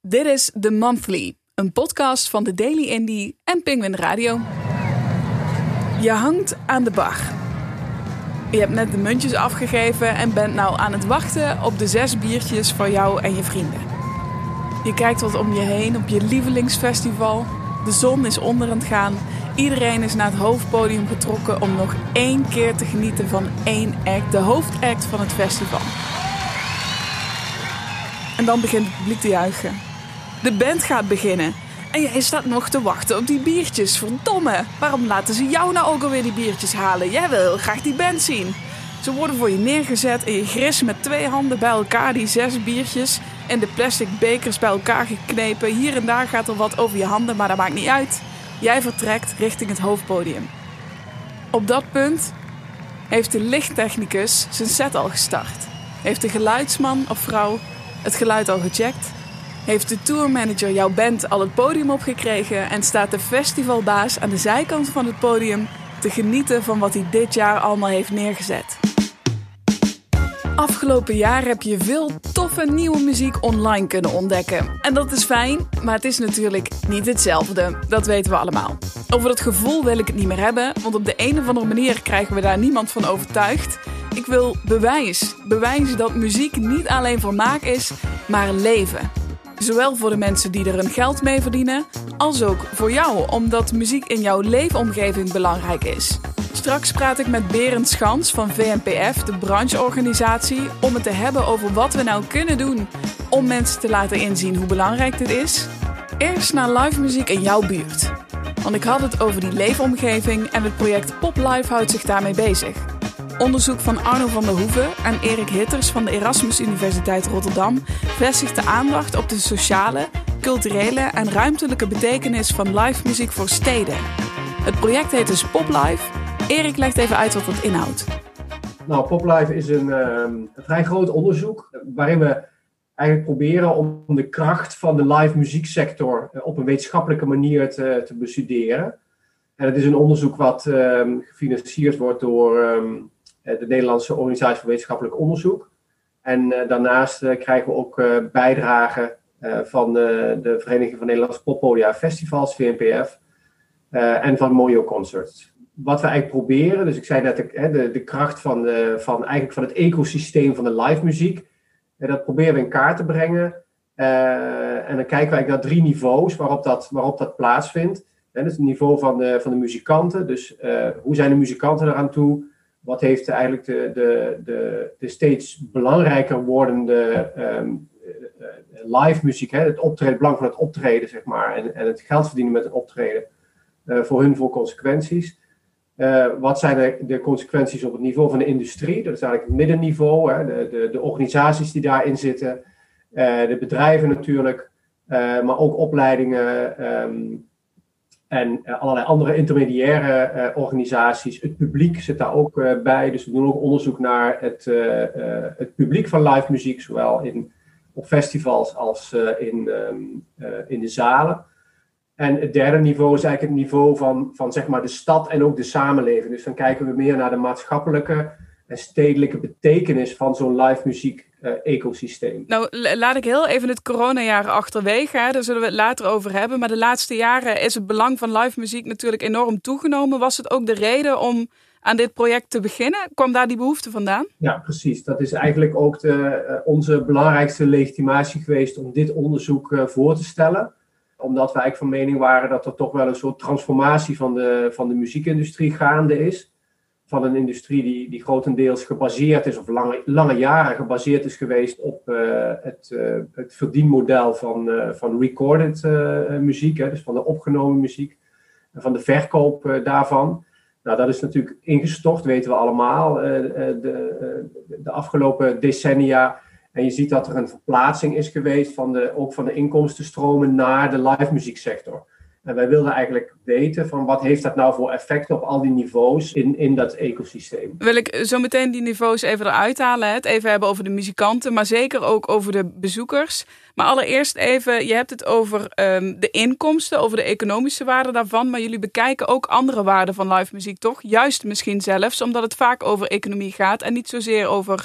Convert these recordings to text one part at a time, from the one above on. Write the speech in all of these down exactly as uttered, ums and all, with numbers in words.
Dit is The Monthly, een podcast van The Daily Indie en Penguin Radio. Je hangt aan de bar. Je hebt net de muntjes afgegeven en bent nou aan het wachten op de zes biertjes voor jou en je vrienden. Je kijkt wat om je heen op je lievelingsfestival. De zon is onder aan het gaan. Iedereen is naar het hoofdpodium getrokken om nog één keer te genieten van één act, de hoofdact van het festival. En dan begint het publiek te juichen. De band gaat beginnen. En jij staat nog te wachten op die biertjes. Verdomme, waarom laten ze jou nou ook alweer die biertjes halen? Jij wil heel graag die band zien. Ze worden voor je neergezet en je grist met twee handen bij elkaar die zes biertjes en de plastic bekers bij elkaar geknepen. Hier en daar gaat er wat over je handen, maar dat maakt niet uit. Jij vertrekt richting het hoofdpodium. Op dat punt heeft de lichttechnicus zijn set al gestart. Heeft de geluidsman of vrouw het geluid al gecheckt? Heeft de tourmanager jouw band al het podium opgekregen en staat de festivalbaas aan de zijkant van het podium te genieten van wat hij dit jaar allemaal heeft neergezet? Afgelopen jaar heb je veel toffe nieuwe muziek online kunnen ontdekken. En dat is fijn, maar het is natuurlijk niet hetzelfde. Dat weten we allemaal. Over dat gevoel wil ik het niet meer hebben, want op de een of andere manier krijgen we daar niemand van overtuigd. Ik wil bewijs. Bewijs dat muziek niet alleen vermaak is, maar leven. Zowel voor de mensen die er hun geld mee verdienen, als ook voor jou, omdat muziek in jouw leefomgeving belangrijk is. Straks praat ik met Berend Schans van V N P F, de brancheorganisatie, om het te hebben over wat we nou kunnen doen om mensen te laten inzien hoe belangrijk dit is. Eerst naar live muziek in jouw buurt. Want ik had het over die leefomgeving en het project Pop Live houdt zich daarmee bezig. Onderzoek van Arno van der Hoeven en Erik Hitters van de Erasmus Universiteit Rotterdam vestigt de aandacht op de sociale, culturele en ruimtelijke betekenis van live muziek voor steden. Het project heet dus Pop Live. Erik legt even uit wat dat inhoudt. Nou, Pop Live is een, um, een vrij groot onderzoek waarin we eigenlijk proberen om de kracht van de live muzieksector op een wetenschappelijke manier te, te bestuderen. En het is een onderzoek wat um, gefinancierd wordt door um, de Nederlandse Organisatie voor Wetenschappelijk Onderzoek. En uh, daarnaast uh, krijgen we ook uh, bijdragen uh, van uh, de Vereniging van Nederlandse Poppodia Festivals, V N P F, uh, en van Mojo Concerts. Wat we eigenlijk proberen, dus ik zei net de, de, de kracht van, de, van, eigenlijk van het ecosysteem van de live muziek, en dat proberen we in kaart te brengen. Uh, en dan kijken we eigenlijk naar drie niveaus waarop dat, waarop dat plaatsvindt. En dat is het niveau van de, van de muzikanten. Dus uh, hoe zijn de muzikanten eraan toe? Wat heeft eigenlijk de, de, de, de steeds belangrijker wordende um, uh, live muziek, hè? Het optreden, het belang van het optreden, zeg maar, en, en het geld verdienen met het optreden, uh, voor hun voor consequenties? Uh, wat zijn de, de consequenties op het niveau van de industrie? Dat is eigenlijk het middenniveau, hè? De, de, de organisaties die daarin zitten, uh, de bedrijven natuurlijk, uh, maar ook opleidingen, um, en uh, allerlei andere intermediaire uh, organisaties. Het publiek zit daar ook uh, bij. Dus we doen ook onderzoek naar het, uh, uh, het publiek van live muziek. Zowel in, op festivals als uh, in, um, uh, in de zalen. En het derde niveau is eigenlijk het niveau van, van zeg maar de stad en ook de samenleving. Dus dan kijken we meer naar de maatschappelijke en stedelijke betekenis van zo'n live muziek uh, ecosysteem. Nou, laat ik heel even het coronajaar achterwege. Hè. Daar zullen we het later over hebben. Maar de laatste jaren is het belang van live muziek natuurlijk enorm toegenomen. Was het ook de reden om aan dit project te beginnen? Kwam daar die behoefte vandaan? Ja, precies. Dat is eigenlijk ook de, uh, onze belangrijkste legitimatie geweest om dit onderzoek uh, voor te stellen. Omdat we eigenlijk van mening waren dat er toch wel een soort transformatie van de, van de muziekindustrie gaande is. Van een industrie die, die grotendeels gebaseerd is, of lange, lange jaren gebaseerd is geweest op uh, het, uh, het verdienmodel van, uh, van recorded uh, muziek, hè, dus van de opgenomen muziek en van de verkoop uh, daarvan. Nou, dat is natuurlijk ingestort, weten we allemaal, uh, de, uh, de afgelopen decennia. En je ziet dat er een verplaatsing is geweest van de, ook van de inkomstenstromen naar de live muzieksector. En wij wilden eigenlijk weten van wat heeft dat nou voor effect op al die niveaus in, in dat ecosysteem. Wil ik zo meteen die niveaus even eruit halen. Het even hebben over de muzikanten, maar zeker ook over de bezoekers. Maar allereerst even, je hebt het over um, de inkomsten, over de economische waarde daarvan. Maar jullie bekijken ook andere waarden van live muziek, toch? Juist misschien zelfs, omdat het vaak over economie gaat en niet zozeer over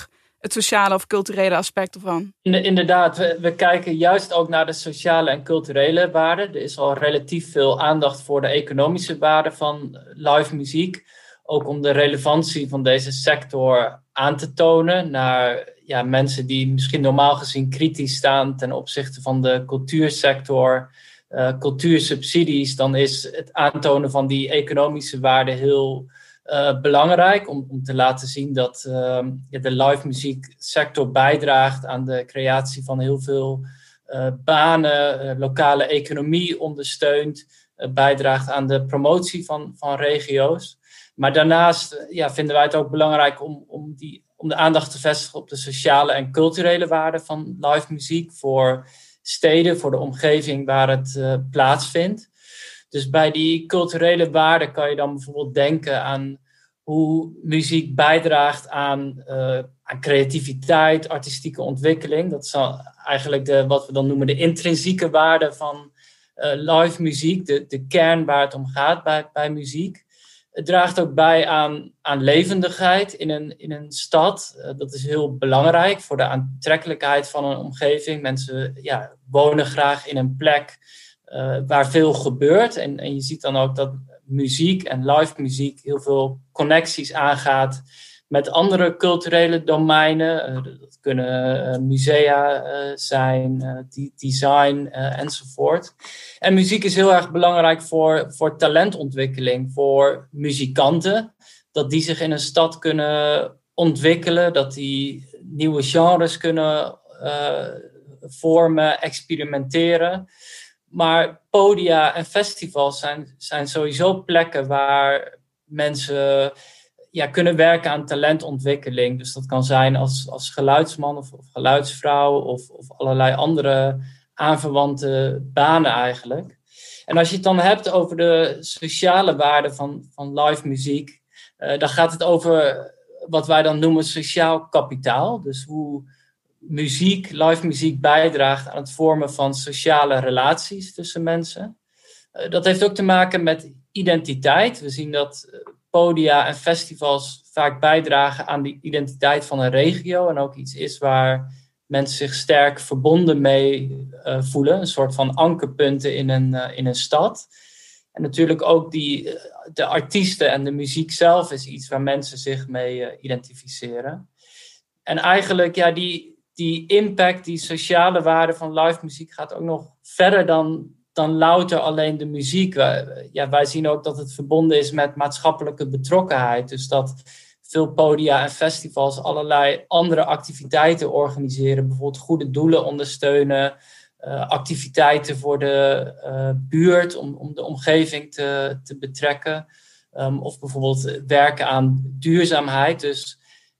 het sociale of culturele aspect ervan? Inderdaad, we, we kijken juist ook naar de sociale en culturele waarden. Er is al relatief veel aandacht voor de economische waarden van live muziek. Ook om de relevantie van deze sector aan te tonen naar ja, mensen die misschien normaal gezien kritisch staan ten opzichte van de cultuursector, uh, cultuursubsidies. Dan is het aantonen van die economische waarden heel uh, belangrijk om, om te laten zien dat uh, ja, de live muzieksector bijdraagt aan de creatie van heel veel uh, banen, uh, lokale economie ondersteunt, uh, bijdraagt aan de promotie van, van regio's. Maar daarnaast ja, vinden wij het ook belangrijk om, om, die, om de aandacht te vestigen op de sociale en culturele waarden van live muziek voor steden, voor de omgeving waar het uh, plaatsvindt. Dus bij die culturele waarden kan je dan bijvoorbeeld denken aan hoe muziek bijdraagt aan, uh, aan creativiteit, artistieke ontwikkeling. Dat is dan eigenlijk de, wat we dan noemen de intrinsieke waarden van uh, live muziek, de, de kern waar het om gaat bij, bij muziek. Het draagt ook bij aan, aan levendigheid in een, in een stad. Uh, dat is heel belangrijk voor de aantrekkelijkheid van een omgeving. Mensen ja, wonen graag in een plek uh, waar veel gebeurt. En, en je ziet dan ook dat muziek en live muziek heel veel connecties aangaat met andere culturele domeinen. Uh, dat kunnen uh, musea uh, zijn, uh, die, design uh, enzovoort. En muziek is heel erg belangrijk voor, voor talentontwikkeling, voor muzikanten. Dat die zich in een stad kunnen ontwikkelen, dat die nieuwe genres kunnen uh, vormen, experimenteren. Maar podia en festivals zijn, zijn sowieso plekken waar mensen ja, kunnen werken aan talentontwikkeling. Dus dat kan zijn als, als geluidsman of, of geluidsvrouw of, of allerlei andere aanverwante banen eigenlijk. En als je het dan hebt over de sociale waarde van, van live muziek, uh, dan gaat het over wat wij dan noemen sociaal kapitaal. Dus hoe muziek, live muziek bijdraagt aan het vormen van sociale relaties tussen mensen. Uh, dat heeft ook te maken met identiteit. We zien dat uh, podia en festivals vaak bijdragen aan de identiteit van een regio en ook iets is waar mensen zich sterk verbonden mee uh, voelen. Een soort van ankerpunten in een, uh, in een stad. En natuurlijk ook die, uh, de artiesten en de muziek zelf is iets waar mensen zich mee uh, identificeren. En eigenlijk, ja, die, die impact, die sociale waarde van live muziek gaat ook nog verder dan, dan louter alleen de muziek. Wij, ja, wij zien ook dat het verbonden is met maatschappelijke betrokkenheid. Dus dat veel podia en festivals allerlei andere activiteiten organiseren. Bijvoorbeeld goede doelen ondersteunen. Uh, activiteiten voor de uh, buurt om, om de omgeving te, te betrekken. Um, of bijvoorbeeld werken aan duurzaamheid. Dus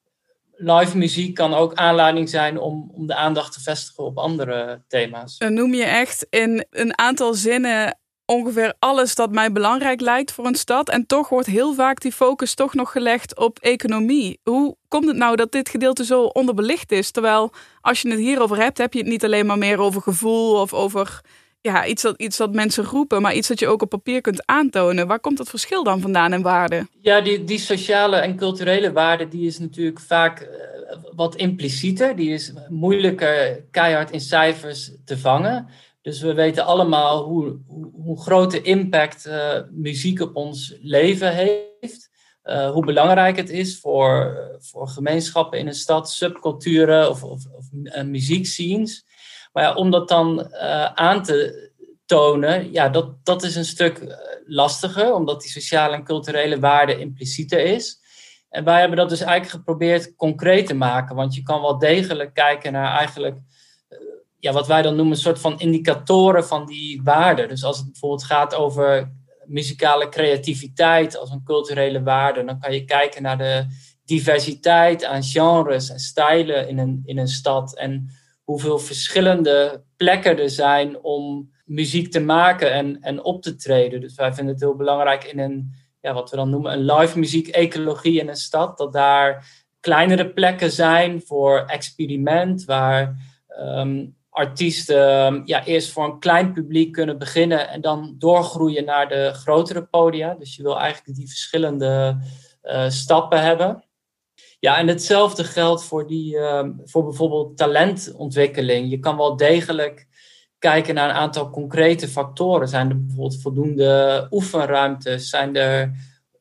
live muziek kan ook aanleiding zijn om, om de aandacht te vestigen op andere thema's. Dan noem je echt in een aantal zinnen ongeveer alles dat mij belangrijk lijkt voor een stad. En toch wordt heel vaak die focus toch nog gelegd op economie. Hoe komt het nou dat dit gedeelte zo onderbelicht is? Terwijl als je het hierover hebt, heb je het niet alleen maar meer over gevoel of over ja, iets, dat, iets dat mensen roepen, maar iets dat je ook op papier kunt aantonen. Waar komt dat verschil dan vandaan in waarde? Ja, die, die sociale en culturele waarde die is natuurlijk vaak uh, wat implicieter. Die is moeilijker keihard in cijfers te vangen. Dus we weten allemaal hoe, hoe, hoe grote impact uh, muziek op ons leven heeft. Uh, hoe belangrijk het is voor, voor gemeenschappen in een stad, subculturen of, of, of uh, muziekscenes. Maar ja, om dat dan uh, aan te tonen, ja, dat, dat is een stuk lastiger, omdat die sociale en culturele waarde implicieter is. En wij hebben dat dus eigenlijk geprobeerd concreet te maken, want je kan wel degelijk kijken naar eigenlijk ja, wat wij dan noemen een soort van indicatoren van die waarden. Dus als het bijvoorbeeld gaat over muzikale creativiteit als een culturele waarde, dan kan je kijken naar de diversiteit aan genres en stijlen in een, in een stad en hoeveel verschillende plekken er zijn om muziek te maken en, en op te treden. Dus wij vinden het heel belangrijk in een, ja, wat we dan noemen een live muziek-ecologie in een stad, dat daar kleinere plekken zijn voor experiment, waar um, artiesten ja, eerst voor een klein publiek kunnen beginnen en dan doorgroeien naar de grotere podia. Dus je wil eigenlijk die verschillende uh, stappen hebben. Ja, en hetzelfde geldt voor, die, uh, voor bijvoorbeeld talentontwikkeling. Je kan wel degelijk kijken naar een aantal concrete factoren. Zijn er bijvoorbeeld voldoende oefenruimtes? Zijn er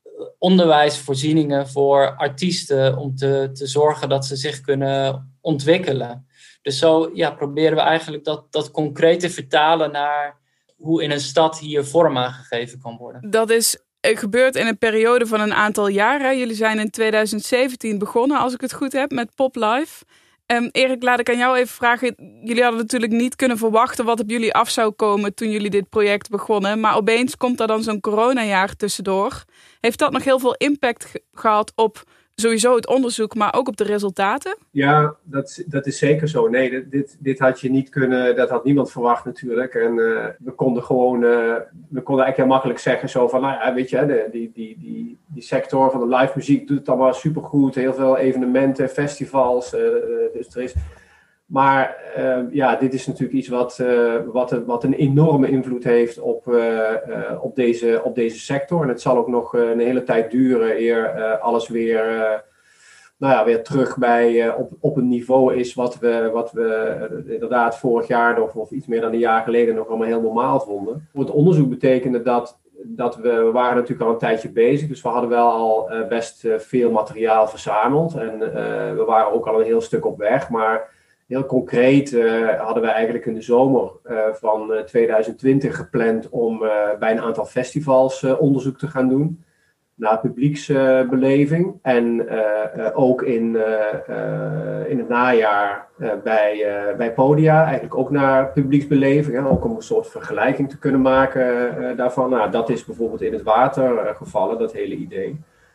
onderwijsvoorzieningen voor artiesten om te, te zorgen dat ze zich kunnen ontwikkelen? Dus zo ja, proberen we eigenlijk dat, dat concrete vertalen naar hoe in een stad hier vorm aangegeven kan worden. Dat is gebeurd in een periode van een aantal jaren. Jullie zijn in twintig zeventien begonnen, als ik het goed heb, met Pop Live. Um, Erik, laat ik aan jou even vragen. Jullie hadden natuurlijk niet kunnen verwachten wat op jullie af zou komen toen jullie dit project begonnen. Maar opeens komt er dan zo'n coronajaar tussendoor. Heeft dat nog heel veel impact ge- gehad op sowieso het onderzoek, maar ook op de resultaten? Ja, dat, dat is zeker zo. Nee, dit, dit, dit had je niet kunnen, dat had niemand verwacht natuurlijk. En uh, we konden gewoon, uh, we konden eigenlijk heel makkelijk zeggen zo van, nou ja, weet je, de, die, die, die, die sector van de live muziek doet het allemaal supergoed. Heel veel evenementen, festivals, uh, dus er is... Maar uh, ja, dit is natuurlijk iets wat, uh, wat, wat een enorme invloed heeft op, uh, uh, op, deze, op deze sector. En het zal ook nog uh, een hele tijd duren eer uh, alles weer, uh, nou ja, weer terug bij, uh, op, op een niveau is wat we, wat we uh, inderdaad vorig jaar nog, of iets meer dan een jaar geleden nog allemaal heel normaal vonden. Voor het onderzoek betekende dat, dat we, we waren natuurlijk al een tijdje bezig. Dus we hadden wel al uh, best uh, veel materiaal verzameld. En uh, we waren ook al een heel stuk op weg, maar... Heel concreet uh, hadden we eigenlijk in de zomer uh, van uh, twintig twintig gepland om uh, bij een aantal festivals uh, onderzoek te gaan doen naar publieksbeleving. Uh, en uh, uh, ook in, uh, uh, in het najaar uh, bij, uh, bij Podia, eigenlijk ook naar publieksbeleving. Hè, ook om een soort vergelijking te kunnen maken uh, daarvan. Nou, dat is bijvoorbeeld in het water uh, gevallen, dat hele idee.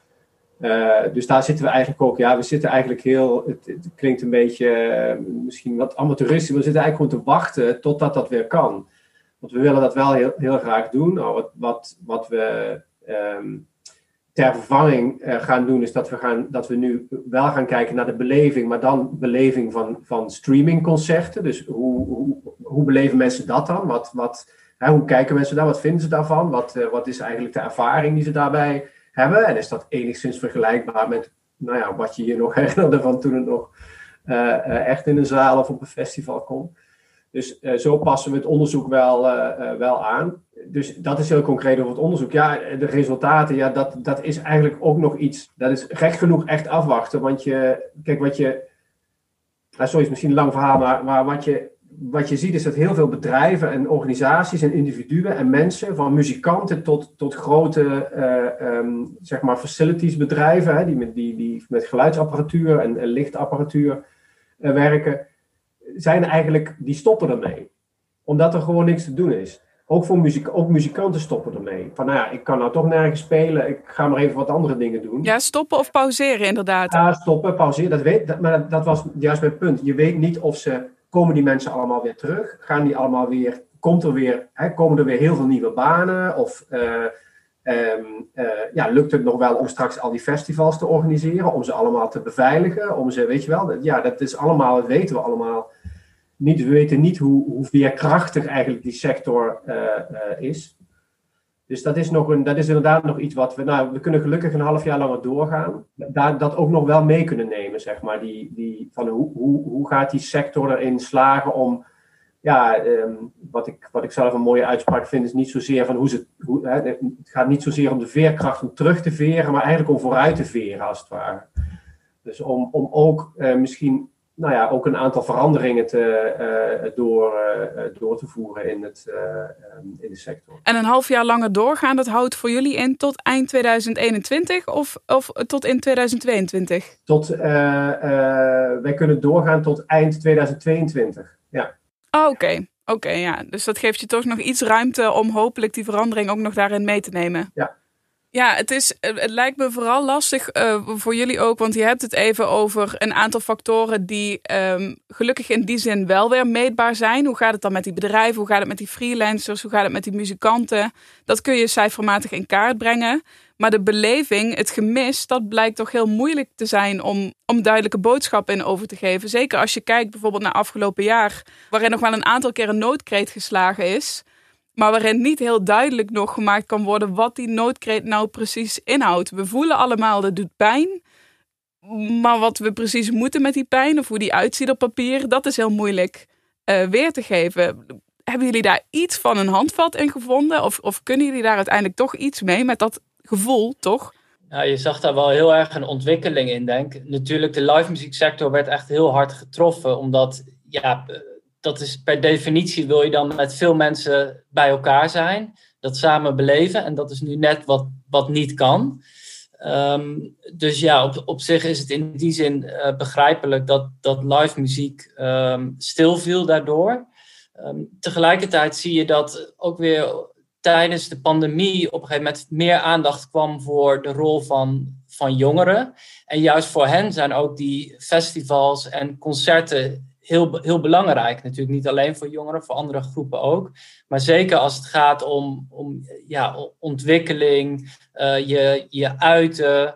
Uh, dus daar zitten we eigenlijk ook, ja, we zitten eigenlijk heel, het, het klinkt een beetje uh, misschien wat amateuristisch, maar we zitten eigenlijk gewoon te wachten totdat dat weer kan. Want we willen dat wel heel, heel graag doen. Nou, wat, wat, wat we um, ter vervanging uh, gaan doen, is dat we, gaan, dat we nu wel gaan kijken naar de beleving, maar dan beleving van, van streamingconcerten. Dus hoe, hoe, hoe beleven mensen dat dan? Wat, wat, hè, hoe kijken mensen daar? Wat vinden ze daarvan? Wat, uh, wat is eigenlijk de ervaring die ze daarbij hebben? En is dat enigszins vergelijkbaar met nou ja, wat je je nog herinnerde van toen het nog uh, uh, echt in een zaal of op een festival kon. Dus uh, zo passen we het onderzoek wel, uh, uh, wel aan. Dus dat is heel concreet over het onderzoek. Ja, de resultaten, ja, dat, dat is eigenlijk ook nog iets, dat is gek genoeg echt afwachten. Want je, kijk wat je, ah, sorry, is misschien een lang verhaal, maar, maar wat je, wat je ziet is dat heel veel bedrijven en organisaties en individuen en mensen, van muzikanten tot, tot grote uh, um, zeg maar facilitiesbedrijven, hè, die, met, die, die met geluidsapparatuur en, en lichtapparatuur uh, werken, zijn eigenlijk, die stoppen ermee. Omdat er gewoon niks te doen is. Ook, voor muziek, ook muzikanten stoppen ermee. Van nou ja, ik kan nou toch nergens spelen, ik ga maar even wat andere dingen doen. Ja, stoppen of pauzeren inderdaad. Ja, stoppen, pauzeren, dat weet, dat, maar dat was juist mijn punt. Je weet niet of ze, komen die mensen allemaal weer terug? Gaan die allemaal weer, komt er weer, hè, komen er weer heel veel nieuwe banen? Of uh, um, uh, ja, lukt het nog wel om straks al die festivals te organiseren? Om ze allemaal te beveiligen? Om ze, weet je wel, ja, dat is allemaal, dat weten we allemaal. Niet, we weten niet hoe, hoe veerkrachtig eigenlijk die sector uh, uh, is. Dus dat is, nog een, dat is inderdaad nog iets wat we... Nou, we kunnen gelukkig een half jaar langer doorgaan. Daar, dat ook nog wel mee kunnen nemen, zeg maar. Die, die, van hoe, hoe, hoe gaat die sector erin slagen om... Ja, um, wat, ik, wat ik zelf een mooie uitspraak vind, is niet zozeer van hoe ze... Hoe, hè, het gaat niet zozeer om de veerkracht om terug te veren, maar eigenlijk om vooruit te veren, als het ware. Dus om, om ook uh, misschien... Nou ja, ook een aantal veranderingen te, uh, door, uh, door te voeren in, het, uh, um, in de sector. En een half jaar langer doorgaan, dat houdt voor jullie in tot eind twintig eenentwintig of, of tot in twintig tweeëntwintig? Tot, uh, uh, wij kunnen doorgaan tot eind twintig tweeëntwintig, ja. Oh, oké, okay. okay, ja. Dus dat geeft je toch nog iets ruimte om hopelijk die verandering ook nog daarin mee te nemen. Ja. Ja, het, is, het lijkt me vooral lastig uh, voor jullie ook, want je hebt het even over een aantal factoren die um, gelukkig in die zin wel weer meetbaar zijn. Hoe gaat het dan met die bedrijven? Hoe gaat het met die freelancers? Hoe gaat het met die muzikanten? Dat kun je cijfermatig in kaart brengen. Maar de beleving, het gemis, dat blijkt toch heel moeilijk te zijn om, om duidelijke boodschappen in over te geven. Zeker als je kijkt bijvoorbeeld naar afgelopen jaar, waarin nog wel een aantal keer een noodkreet geslagen is. Maar waarin niet heel duidelijk nog gemaakt kan worden wat die noodkreet nou precies inhoudt. We voelen allemaal, dat doet pijn. Maar wat we precies moeten met die pijn, of hoe die uitziet op papier, dat is heel moeilijk uh, weer te geven. Hebben jullie daar iets van een handvat in gevonden? Of, of kunnen jullie daar uiteindelijk toch iets mee met dat gevoel, toch? Ja, je zag daar wel heel erg een ontwikkeling in, denk ik. Natuurlijk, de live muzieksector werd echt heel hard getroffen, omdat, ja, dat is per definitie wil je dan met veel mensen bij elkaar zijn, dat samen beleven. En dat is nu net wat, wat niet kan. Um, dus ja, op, op zich is het in die zin uh, begrijpelijk dat, dat live muziek um, stilviel daardoor. Um, tegelijkertijd zie je dat ook weer tijdens de pandemie op een gegeven moment meer aandacht kwam voor de rol van, van jongeren. En juist voor hen zijn ook die festivals en concerten heel, heel belangrijk. Natuurlijk niet alleen voor jongeren, voor andere groepen ook. Maar zeker als het gaat om, om ja, ontwikkeling, uh, je, je uiten,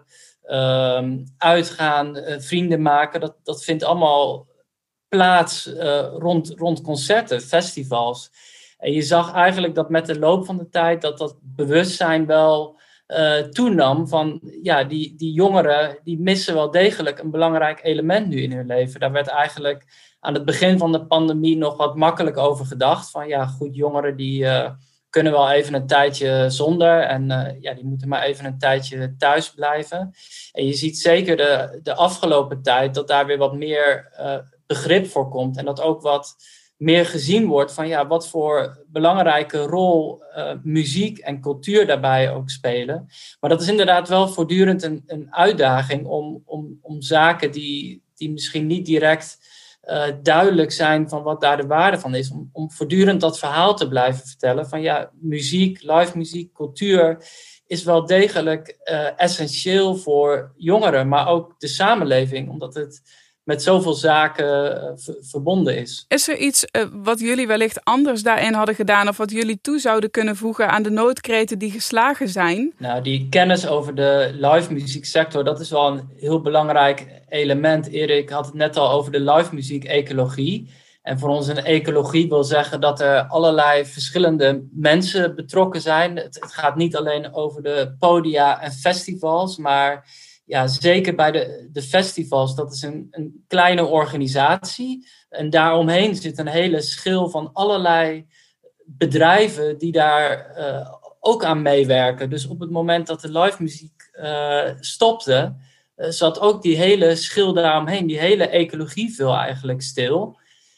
um, uitgaan, uh, vrienden maken. Dat, dat vindt allemaal plaats uh, rond, rond concerten, festivals. En je zag eigenlijk dat met de loop van de tijd dat dat bewustzijn wel uh, toenam van ja, die, die jongeren die missen wel degelijk een belangrijk element nu in hun leven. Daar werd eigenlijk aan het begin van de pandemie nog wat makkelijk over gedacht. Van ja, goed, jongeren die uh, kunnen wel even een tijdje zonder en uh, ja, die moeten maar even een tijdje thuis blijven. En je ziet zeker de, de afgelopen tijd dat daar weer wat meer uh, begrip voor komt en dat ook wat meer gezien wordt van ja, wat voor belangrijke rol uh, muziek en cultuur daarbij ook spelen. Maar dat is inderdaad wel voortdurend een, een uitdaging om, om, om zaken die, die misschien niet direct uh, duidelijk zijn van wat daar de waarde van is. Om, om voortdurend dat verhaal te blijven vertellen van ja, muziek, live muziek, cultuur is wel degelijk uh, essentieel voor jongeren, maar ook de samenleving, omdat het met zoveel zaken uh, v- verbonden is. Is er iets uh, wat jullie wellicht anders daarin hadden gedaan of wat jullie toe zouden kunnen voegen aan de noodkreten die geslagen zijn? Nou, die kennis over de live muzieksector, dat is wel een heel belangrijk element. Erik had het net al over de live muziek ecologie. En voor ons een ecologie wil zeggen dat er allerlei verschillende mensen betrokken zijn. Het, het gaat niet alleen over de podia en festivals, maar ja, zeker bij de, de festivals, dat is een, een kleine organisatie. En daaromheen zit een hele schil van allerlei bedrijven die daar uh, ook aan meewerken. Dus op het moment dat de live muziek uh, stopte, uh, zat ook die hele schil daaromheen, die hele ecologie viel eigenlijk stil.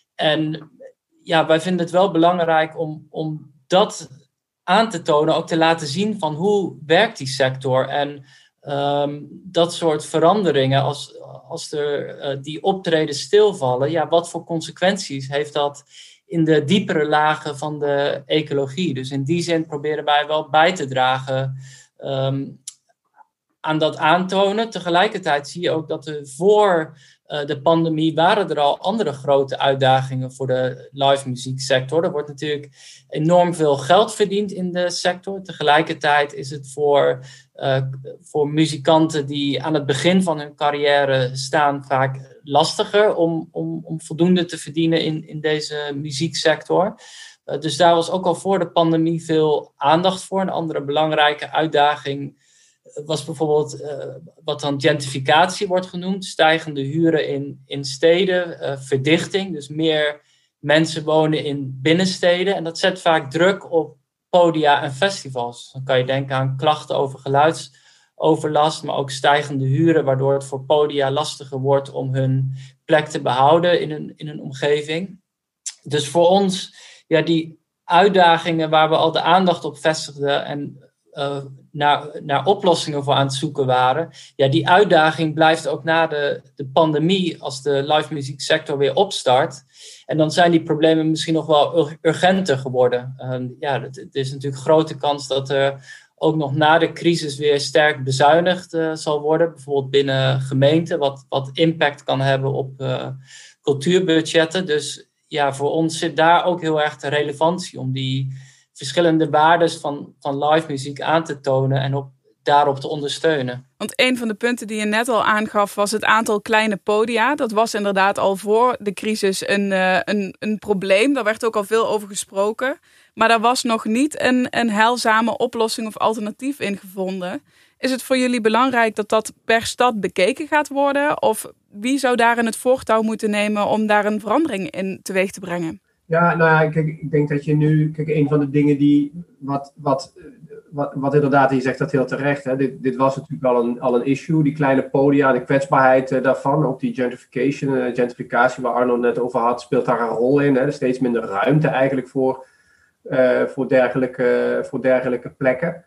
En ja, wij vinden het wel belangrijk om, om dat aan te tonen, ook te laten zien van hoe werkt die sector en Um, dat soort veranderingen, als, als er uh, die optreden stilvallen, ja, wat voor consequenties heeft dat in de diepere lagen van de ecologie? Dus in die zin proberen wij wel bij te dragen um, aan dat aantonen. Tegelijkertijd zie je ook dat er voor uh, de pandemie waren er al andere grote uitdagingen voor de live muzieksector. Er wordt natuurlijk enorm veel geld verdiend in de sector. Tegelijkertijd is het voor Uh, voor muzikanten die aan het begin van hun carrière staan vaak lastiger om, om, om voldoende te verdienen in, in deze muzieksector. Uh, dus daar was ook al voor de pandemie veel aandacht voor. Een andere belangrijke uitdaging was bijvoorbeeld uh, wat dan gentrificatie wordt genoemd. Stijgende huren in, in steden, uh, verdichting. Dus meer mensen wonen in binnensteden. En dat zet vaak druk op podia en festivals. Dan kan je denken aan klachten over geluidsoverlast, maar ook stijgende huren, waardoor het voor podia lastiger wordt om hun plek te behouden in een, in een omgeving. Dus voor ons, ja, die uitdagingen waar we al de aandacht op vestigden en uh, naar, naar oplossingen voor aan het zoeken waren, ja, die uitdaging blijft ook na de, de pandemie, als de live muzieksector weer opstart. En dan zijn die problemen misschien nog wel urgenter geworden. Uh, ja, er is natuurlijk grote kans dat er ook nog na de crisis weer sterk bezuinigd uh, zal worden. Bijvoorbeeld binnen gemeenten, wat, wat impact kan hebben op uh, cultuurbudgetten. Dus ja, voor ons zit daar ook heel erg de relevantie om die verschillende waarden van, van live muziek aan te tonen en op, daarop te ondersteunen. Want een van de punten die je net al aangaf was het aantal kleine podia. Dat was inderdaad al voor de crisis een, uh, een, een probleem. Daar werd ook al veel over gesproken. Maar daar was nog niet een, een heilzame oplossing of alternatief in gevonden. Is het voor jullie belangrijk dat dat per stad bekeken gaat worden? Of wie zou daarin het voortouw moeten nemen om daar een verandering in teweeg te brengen? Ja, nou ja, kijk, ik denk dat je nu... Kijk, een van de dingen die... Wat, wat, wat, wat inderdaad, je zegt dat heel terecht. Hè, dit, dit was natuurlijk al een, al een issue. Die kleine podia, de kwetsbaarheid uh, daarvan. Ook die gentrification, uh, gentrificatie waar Arno net over had, speelt daar een rol in. Hè. Er is steeds minder ruimte eigenlijk voor, uh, voor, dergelijke, voor dergelijke plekken.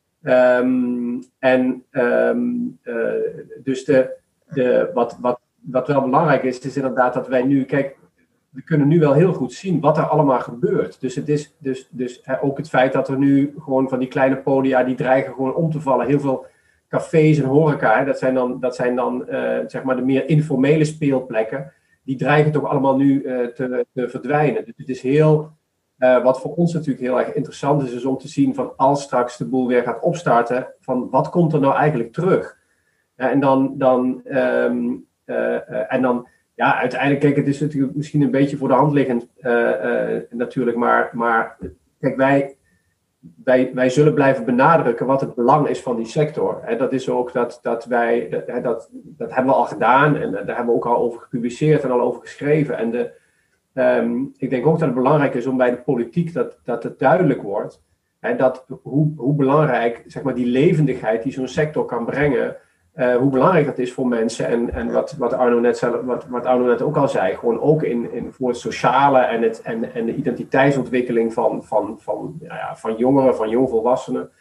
Um, en um, uh, dus de, de, wat, wat, wat wel belangrijk is, is inderdaad dat wij nu... Kijk, we kunnen nu wel heel goed zien wat er allemaal gebeurt. Dus, het is, dus, dus hè, ook het feit dat er nu gewoon van die kleine podia, die dreigen gewoon om te vallen. Heel veel cafés en horeca, hè, dat zijn dan, dat zijn dan uh, zeg maar de meer informele speelplekken. Die dreigen toch allemaal nu uh, te, te verdwijnen. Dus het is heel, uh, wat voor ons natuurlijk heel erg interessant is, is om te zien van als straks de boel weer gaat opstarten, van wat komt er nou eigenlijk terug? Uh, en dan, dan, um, uh, uh, en dan Ja, uiteindelijk, kijk, het is natuurlijk misschien een beetje voor de hand liggend uh, uh, natuurlijk, maar, maar kijk, wij, wij, wij zullen blijven benadrukken wat het belang is van die sector. Hè, dat is ook dat, dat wij, dat, dat, dat hebben we al gedaan en daar hebben we ook al over gepubliceerd en al over geschreven. En de, um, ik denk ook dat het belangrijk is om bij de politiek dat, dat het duidelijk wordt, hè, dat hoe, hoe belangrijk, zeg maar, die levendigheid die zo'n sector kan brengen, Uh, hoe belangrijk dat is voor mensen en, en wat, wat, Arno net zelf, wat, wat Arno net ook al zei, gewoon ook in, in, voor het sociale en, het, en, en de identiteitsontwikkeling van, van, van, ja, ja, van jongeren, van jongvolwassenen,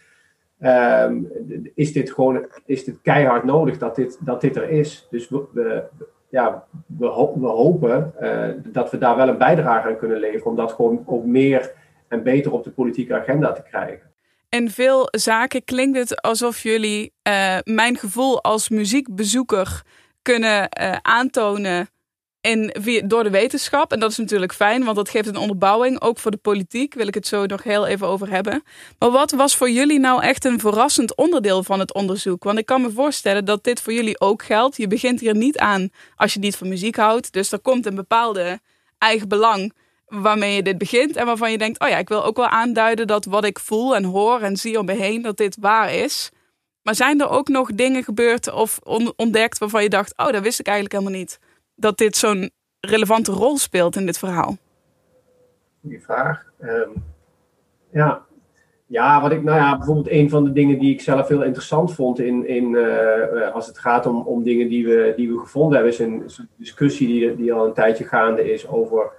um, is dit gewoon is dit keihard nodig dat dit, dat dit er is. Dus we, we, ja, we, ho- we hopen uh, dat we daar wel een bijdrage aan kunnen leveren om dat gewoon ook meer en beter op de politieke agenda te krijgen. In veel zaken klinkt het alsof jullie uh, mijn gevoel als muziekbezoeker kunnen uh, aantonen in, via, door de wetenschap. En dat is natuurlijk fijn, want dat geeft een onderbouwing. Ook voor de politiek wil ik het zo nog heel even over hebben. Maar wat was voor jullie nou echt een verrassend onderdeel van het onderzoek? Want ik kan me voorstellen dat dit voor jullie ook geldt. Je begint hier niet aan als je niet van muziek houdt. Dus er komt een bepaalde eigen belang waarmee je dit begint en waarvan je denkt, oh ja, ik wil ook wel aanduiden dat wat ik voel en hoor en zie om me heen, dat dit waar is. Maar zijn er ook nog dingen gebeurd of on- ontdekt waarvan je dacht, oh, dat wist ik eigenlijk helemaal niet, dat dit zo'n relevante rol speelt in dit verhaal? Goeie vraag. Um, ja. ja, wat ik, nou ja, bijvoorbeeld een van de dingen die ik zelf heel interessant vond in, in uh, als het gaat om, om dingen die we, die we gevonden hebben, is een, is een discussie die, die al een tijdje gaande is over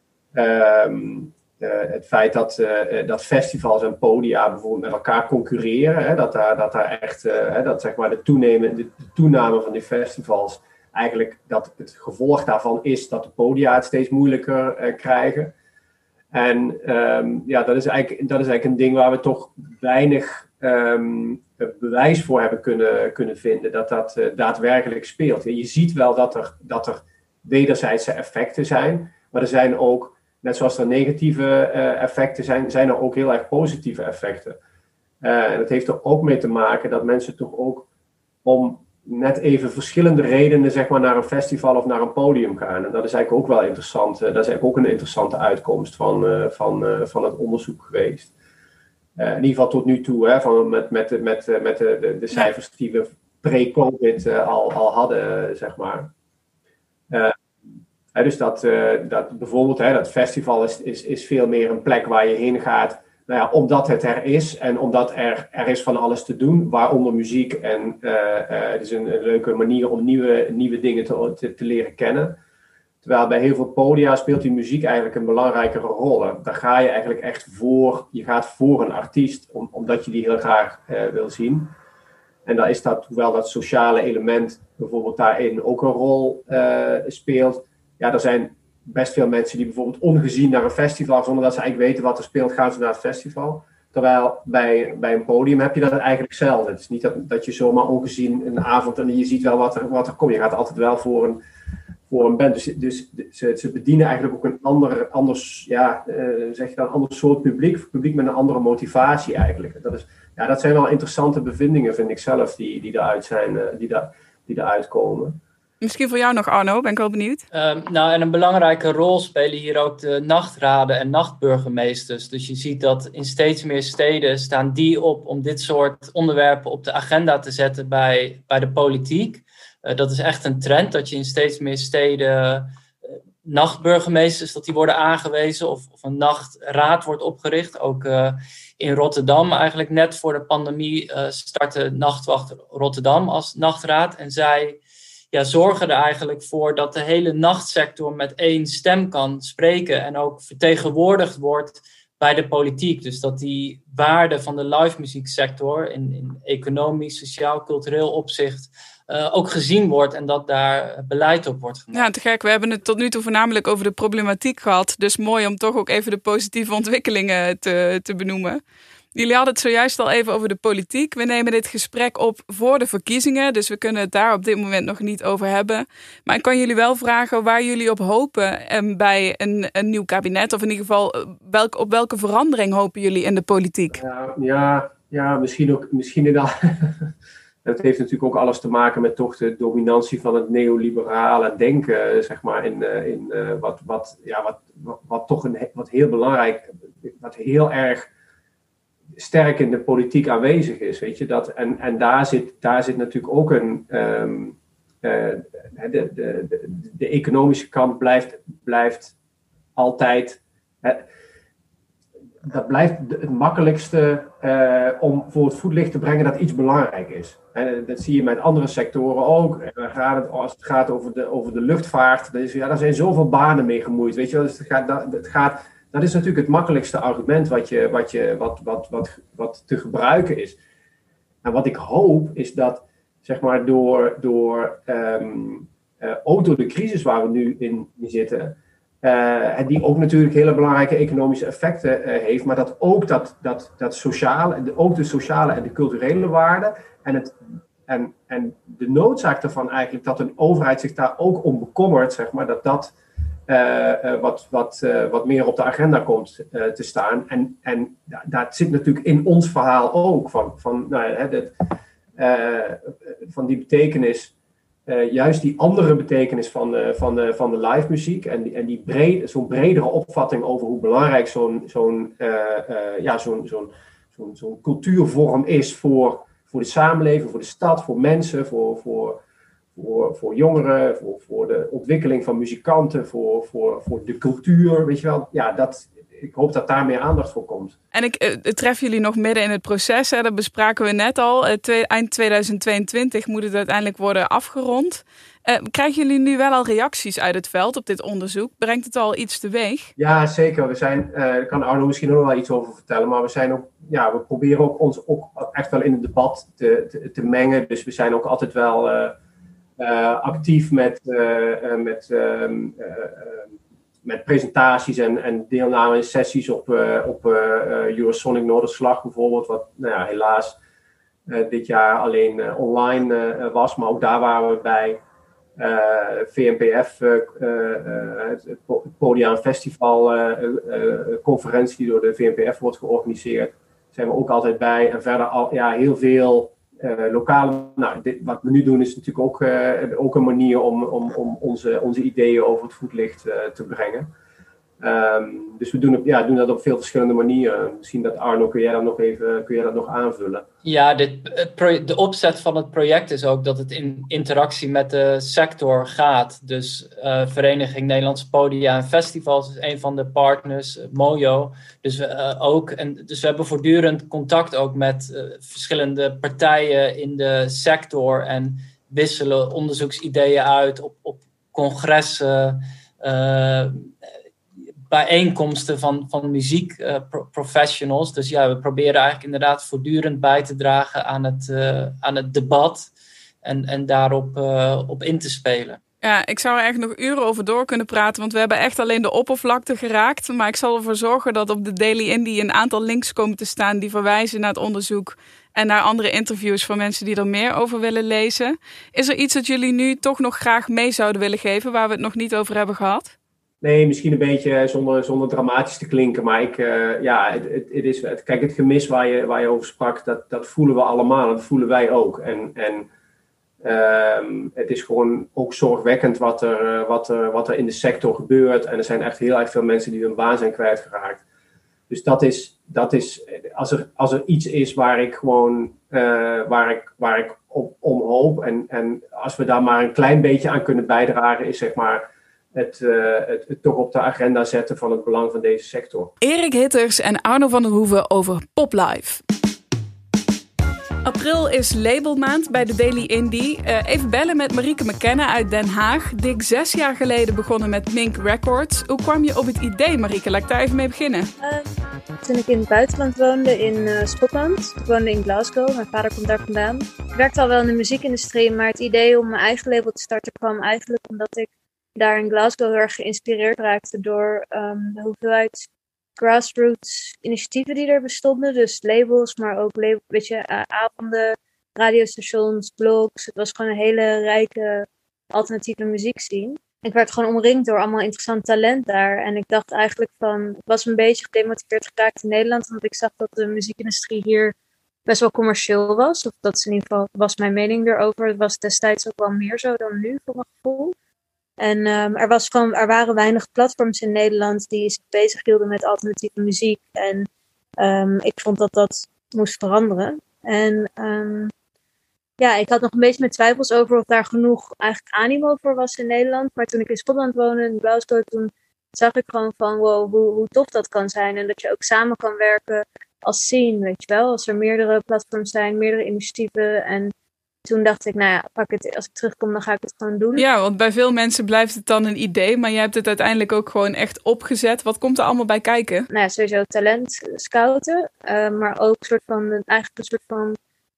Um, uh, het feit dat, uh, dat festivals en podia bijvoorbeeld met elkaar concurreren. Hè, dat, daar, dat daar echt, uh, hè, dat zeg maar de, toename, de, de toename van die festivals, eigenlijk dat het gevolg daarvan is dat de podia het steeds moeilijker uh, krijgen. En um, ja, dat is, eigenlijk, dat is eigenlijk een ding waar we toch weinig um, bewijs voor hebben kunnen, kunnen vinden dat dat uh, daadwerkelijk speelt. Je ziet wel dat er, dat er wederzijdse effecten zijn, maar er zijn ook, net zoals er negatieve uh, effecten zijn, zijn er ook heel erg positieve effecten. Uh, en dat heeft er ook mee te maken dat mensen toch ook om net even verschillende redenen, zeg maar, naar een festival of naar een podium gaan. En dat is eigenlijk ook wel interessant. Uh, dat is eigenlijk ook een interessante uitkomst van, uh, van, uh, van het onderzoek geweest. Uh, in ieder geval tot nu toe, hè, van met, met, met, met de, de, de cijfers die we pre-COVID uh, al, al hadden, uh, zeg maar. Uh, He, dus dat, uh, dat bijvoorbeeld, hè, dat festival is, is, is veel meer een plek waar je heen gaat, nou ja, omdat het er is en omdat er, er is van alles te doen, waaronder muziek. En uh, uh, het is een, een leuke manier om nieuwe, nieuwe dingen te, te, te leren kennen. Terwijl bij heel veel podia speelt die muziek eigenlijk een belangrijkere rol. Daar ga je eigenlijk echt voor, je gaat voor een artiest, om, omdat je die heel graag uh, wil zien. En dan is dat, hoewel dat sociale element bijvoorbeeld daarin ook een rol uh, speelt. Ja, er zijn best veel mensen die bijvoorbeeld ongezien naar een festival, zonder dat ze eigenlijk weten wat er speelt, gaan ze naar het festival. Terwijl bij, bij een podium heb je dat eigenlijk zelf. Het is niet dat, dat je zomaar ongezien een avond en je ziet wel wat er, wat er komt. Je gaat altijd wel voor een, voor een band. Dus, dus ze, ze bedienen eigenlijk ook een ander, anders, ja, uh, zeg je dan, een ander soort publiek. Publiek met een andere motivatie eigenlijk. Dat, is, ja, dat zijn wel interessante bevindingen, vind ik zelf, die, die eruit zijn, uh, die, da, die eruit komen. Misschien voor jou nog, Arno, ben ik wel benieuwd. Um, nou, en een belangrijke rol spelen hier ook de nachtraden en nachtburgemeesters. Dus je ziet dat in steeds meer steden staan die op om dit soort onderwerpen op de agenda te zetten bij, bij de politiek. Uh, dat is echt een trend, dat je in steeds meer steden uh, nachtburgemeesters, dat die worden aangewezen of, of een nachtraad wordt opgericht. Ook uh, in Rotterdam, eigenlijk net voor de pandemie, uh, startte Nachtwacht Rotterdam als nachtraad. En zij ja, zorgen er eigenlijk voor dat de hele nachtsector met één stem kan spreken en ook vertegenwoordigd wordt bij de politiek. Dus dat die waarde van de live muzieksector in, in economisch, sociaal, cultureel opzicht uh, ook gezien wordt en dat daar beleid op wordt gemaakt. Ja, te gek. We hebben het tot nu toe voornamelijk over de problematiek gehad. Dus mooi om toch ook even de positieve ontwikkelingen te, te benoemen. Jullie hadden het zojuist al even over de politiek. We nemen dit gesprek op voor de verkiezingen, dus we kunnen het daar op dit moment nog niet over hebben. Maar ik kan jullie wel vragen waar jullie op hopen bij een, een nieuw kabinet, of in ieder geval welk, op welke verandering hopen jullie in de politiek? Ja, ja, ja misschien ook. Misschien inderdaad. Dat heeft natuurlijk ook alles te maken met toch de dominantie van het neoliberale denken, zeg maar, in, in wat, wat, ja, wat, wat, wat toch een, wat heel belangrijk, wat heel erg sterk in de politiek aanwezig is, weet je. Dat, en en daar, zit, daar zit natuurlijk ook een... Um, uh, de, de, de, de economische kant blijft, blijft altijd... Uh, dat blijft het makkelijkste uh, om voor het voetlicht te brengen dat iets belangrijk is. En dat zie je met andere sectoren ook. En gaat het, als het gaat over de, over de luchtvaart, dat is, ja, daar zijn zoveel banen mee gemoeid, weet je wel. Dus het gaat... Dat, het gaat Dat is natuurlijk het makkelijkste argument wat, je, wat, je, wat, wat, wat, wat te gebruiken is. En wat ik hoop is dat, zeg maar, door, door um, uh, ook door de crisis waar we nu in, in zitten, uh, en die ook natuurlijk hele belangrijke economische effecten uh, heeft, maar dat ook dat, dat, dat sociale, ook de sociale en de culturele waarden en, het, en, en de noodzaak daarvan eigenlijk dat een overheid zich daar ook om bekommert, zeg maar, dat dat Uh, uh, wat, wat, uh, wat meer op de agenda komt uh, te staan. En, en da- dat zit natuurlijk in ons verhaal ook. Van, van, nou, hè, dat, uh, van die betekenis. Uh, juist die andere betekenis van, uh, van, de, van de live muziek. En, die, en die breed, zo'n bredere opvatting over hoe belangrijk zo'n, zo'n, uh, uh, ja, zo'n, zo'n, zo'n, zo'n cultuurvorm is voor, voor de samenleving, voor de stad, voor mensen, voor... voor Voor, voor jongeren, voor, voor de ontwikkeling van muzikanten, voor, voor, voor de cultuur, weet je wel. Ja, dat, ik hoop dat daar meer aandacht voor komt. En ik uh, tref jullie nog midden in het proces, hè? Dat bespraken we net al. Uh, twee, eind tweeduizend tweeëntwintig moet het uiteindelijk worden afgerond. Uh, krijgen jullie nu wel al reacties uit het veld op dit onderzoek? Brengt het al iets teweeg? Ja, zeker. We zijn, uh, daar kan Arno misschien nog wel iets over vertellen, maar we zijn ook, ja, we proberen ook ons ook echt wel in het debat te, te, te mengen. Dus we zijn ook altijd wel... Uh, Uh, actief met, uh, uh, met, uh, uh, uh, met presentaties en, en deelname in sessies op, uh, op uh, uh, Eurosonic Noorderslag bijvoorbeeld, wat nou ja, helaas uh, dit jaar alleen uh, online uh, was, maar ook daar waren we bij. Uh, V N P F, uh, uh, het, het Podium Festival uh, uh, conferentie die door de V N P F wordt georganiseerd, zijn we ook altijd bij. En verder al, ja, heel veel Uh, lokale, nou, dit, wat we nu doen is natuurlijk ook, uh, ook een manier om, om, om onze, onze ideeën over het voetlicht uh, te brengen. Um, dus we doen, het, ja, doen dat op veel verschillende manieren. Misschien dat Arno, kun jij dat nog even kun jij dat nog aanvullen? Ja, dit, het pro- de opzet van het project is ook dat het in interactie met de sector gaat. Dus uh, Vereniging Nederlandse Podia en Festivals is een van de partners, uh, Mojo. Dus, uh, ook, en, dus we hebben voortdurend contact ook met uh, verschillende partijen in de sector en wisselen onderzoeksideeën uit op, op congressen, uh, bijeenkomsten van, van muziekprofessionals. Uh, dus ja, we proberen eigenlijk inderdaad voortdurend bij te dragen aan het, uh, aan het debat en, en daarop uh, op in te spelen. Ja, ik zou er echt nog uren over door kunnen praten, want we hebben echt alleen de oppervlakte geraakt. Maar ik zal ervoor zorgen dat op de Daily Indie een aantal links komen te staan die verwijzen naar het onderzoek en naar andere interviews van mensen die er meer over willen lezen. Is er iets dat jullie nu toch nog graag mee zouden willen geven, waar we het nog niet over hebben gehad? Nee, misschien een beetje zonder, zonder dramatisch te klinken, maar ik, uh, ja, het, het, het is, het, kijk, het gemis waar je, waar je over sprak, dat, dat voelen we allemaal, dat voelen wij ook. En, en Um, het is gewoon ook zorgwekkend wat er, wat, er, wat er in de sector gebeurt. En er zijn echt heel erg veel mensen die hun baan zijn kwijtgeraakt. Dus dat is, dat is als, er, als er iets is waar ik gewoon uh, waar ik, waar ik op, om hoop. En, en als we daar maar een klein beetje aan kunnen bijdragen, is zeg maar het, uh, het, het toch op de agenda zetten van het belang van deze sector. Erik Hitters en Arno van der Hoeven over Poplife. April is labelmaand bij de Daily Indie. Uh, even bellen met Marieke McKenna uit Den Haag. Dik zes jaar geleden begonnen met Mink Records. Hoe kwam je op het idee, Marieke? Laat ik daar even mee beginnen. Uh, toen ik in het buitenland woonde, in uh, Schotland. Ik woonde in Glasgow. Mijn vader komt daar vandaan. Ik werkte al wel in de muziekindustrie, maar het idee om mijn eigen label te starten kwam eigenlijk omdat ik daar in Glasgow heel erg geïnspireerd raakte door um, de hoeveelheid grassroots initiatieven die er bestonden. Dus labels, maar ook label, weet je, uh, avonden, radiostations, blogs. Het was gewoon een hele rijke alternatieve muziekscene. Ik werd gewoon omringd door allemaal interessant talent daar. En ik dacht eigenlijk van, ik was een beetje gedemotiveerd geraakt in Nederland, omdat ik zag dat de muziekindustrie hier best wel commercieel was. Of dat is in ieder geval, was mijn mening erover. Het was destijds ook wel meer zo dan nu, voor mijn gevoel. En um, er, was gewoon, er waren weinig platforms in Nederland die zich bezig hielden met alternatieve muziek. En um, ik vond dat dat moest veranderen. En um, ja, ik had nog een beetje mijn twijfels over of daar genoeg eigenlijk animo voor was in Nederland. Maar toen ik in Schotland woonde, in Glasgow, toen zag ik gewoon van wow, hoe, hoe tof dat kan zijn. En dat je ook samen kan werken als scene, weet je wel. Als er meerdere platforms zijn, meerdere initiatieven. En toen dacht ik, nou ja, pak het, als ik terugkom, dan ga ik het gewoon doen. Ja, want bij veel mensen blijft het dan een idee, maar jij hebt het uiteindelijk ook gewoon echt opgezet. Wat komt er allemaal bij kijken? Nou ja, sowieso talent scouten, uh, maar ook soort van, eigenlijk een soort van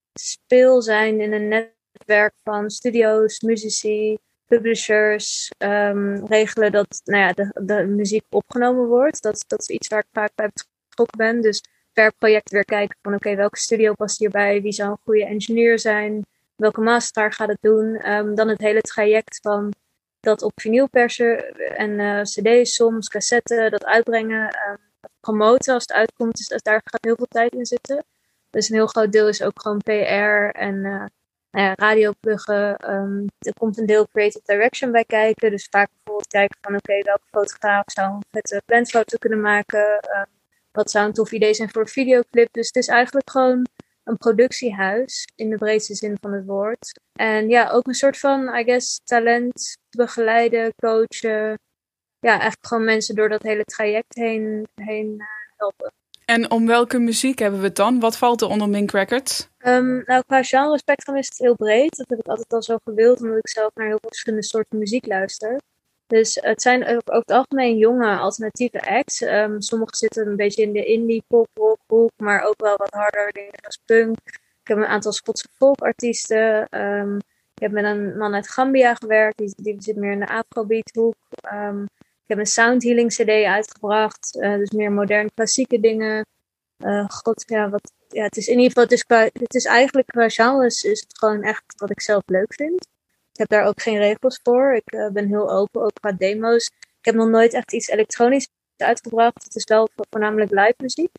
speel zijn in een netwerk van studio's, muzici, publishers, um, regelen dat nou ja, de, de muziek opgenomen wordt. Dat, dat is iets waar ik vaak bij betrokken ben. Dus per project weer kijken van oké, okay, welke studio past hierbij? Wie zou een goede engineer zijn? Welke master gaat het doen? Um, dan het hele traject van dat op vinyl persen en uh, cd's soms, cassetten, dat uitbrengen, um, promoten als het uitkomt. Dus daar gaat heel veel tijd in zitten. Dus een heel groot deel is ook gewoon P R en uh, nou ja, radiopluggen. Um, er komt een deel creative direction bij kijken. Dus vaak bijvoorbeeld kijken van oké, okay, welke fotograaf zou een vette plantfoto kunnen maken? Um, wat zou een tof idee zijn voor een videoclip? Dus het is eigenlijk gewoon een productiehuis in de breedste zin van het woord. En ja, ook een soort van, I guess, talent begeleiden, coachen. Ja, eigenlijk gewoon mensen door dat hele traject heen, heen uh, helpen. En om welke muziek hebben we het dan? Wat valt er onder Mink Records? Um, nou, qua genre spectrum is het heel breed. Dat heb ik altijd al zo gewild, omdat ik zelf naar heel veel verschillende soorten muziek luister. Dus het zijn over het algemeen jonge alternatieve acts. Um, sommige zitten een beetje in de indie, pop, rock, hoek, maar ook wel wat harder dingen als punk. Ik heb een aantal Schotse folkartiesten. Um, ik heb met een man uit Gambia gewerkt, die, die zit meer in de afrobeat hoek. Um, ik heb een sound healing cd uitgebracht, uh, dus meer modern klassieke dingen. Uh, God, ja, wat, ja, het is in ieder geval, het is, qua, het is eigenlijk qua genres is het gewoon echt wat ik zelf leuk vind. Ik heb daar ook geen regels voor. Ik uh, ben heel open, ook qua demo's. Ik heb nog nooit echt iets elektronisch uitgebracht. Het is wel voornamelijk live muziek.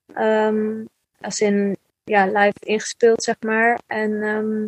Um, als in, ja, live ingespeeld, zeg maar. En um,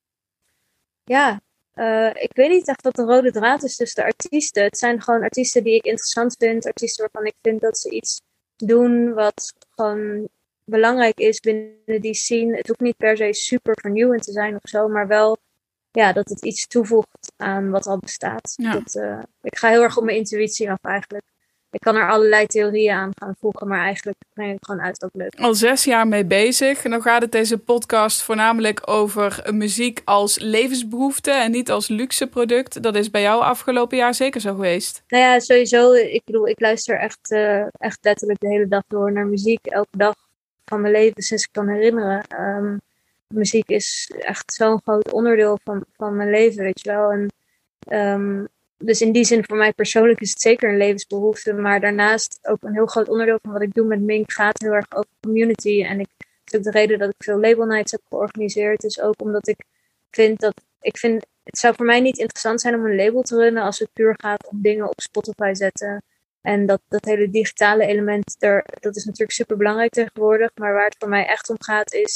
ja, uh, ik weet niet echt wat de rode draad is tussen de artiesten. Het zijn gewoon artiesten die ik interessant vind. Artiesten waarvan ik vind dat ze iets doen wat gewoon belangrijk is binnen die scene. Het hoeft niet per se super vernieuwend te zijn of zo, maar wel ja, dat het iets toevoegt aan wat al bestaat. Ja. Dat, uh, ik ga heel erg op mijn intuïtie af eigenlijk. Ik kan er allerlei theorieën aan gaan voegen, maar eigenlijk breng ik gewoon uit dat leuk. Al zes jaar mee bezig. En dan gaat het deze podcast voornamelijk over muziek als levensbehoefte en niet als luxe product. Dat is bij jou afgelopen jaar zeker zo geweest. Nou ja, sowieso. Ik bedoel, ik luister echt, uh, echt letterlijk de hele dag door naar muziek. Elke dag van mijn leven sinds ik kan herinneren. Um, muziek is echt zo'n groot onderdeel van, van mijn leven, weet je wel. En um, dus in die zin voor mij persoonlijk is het zeker een levensbehoefte. Maar daarnaast ook een heel groot onderdeel van wat ik doe met Mink gaat heel erg over community. En ik, dat is ook de reden dat ik veel label nights heb georganiseerd. Is ook omdat ik vind dat... Ik vind, het zou voor mij niet interessant zijn om een label te runnen als het puur gaat om dingen op Spotify zetten. En dat, dat hele digitale element, er, dat is natuurlijk super belangrijk tegenwoordig. Maar waar het voor mij echt om gaat is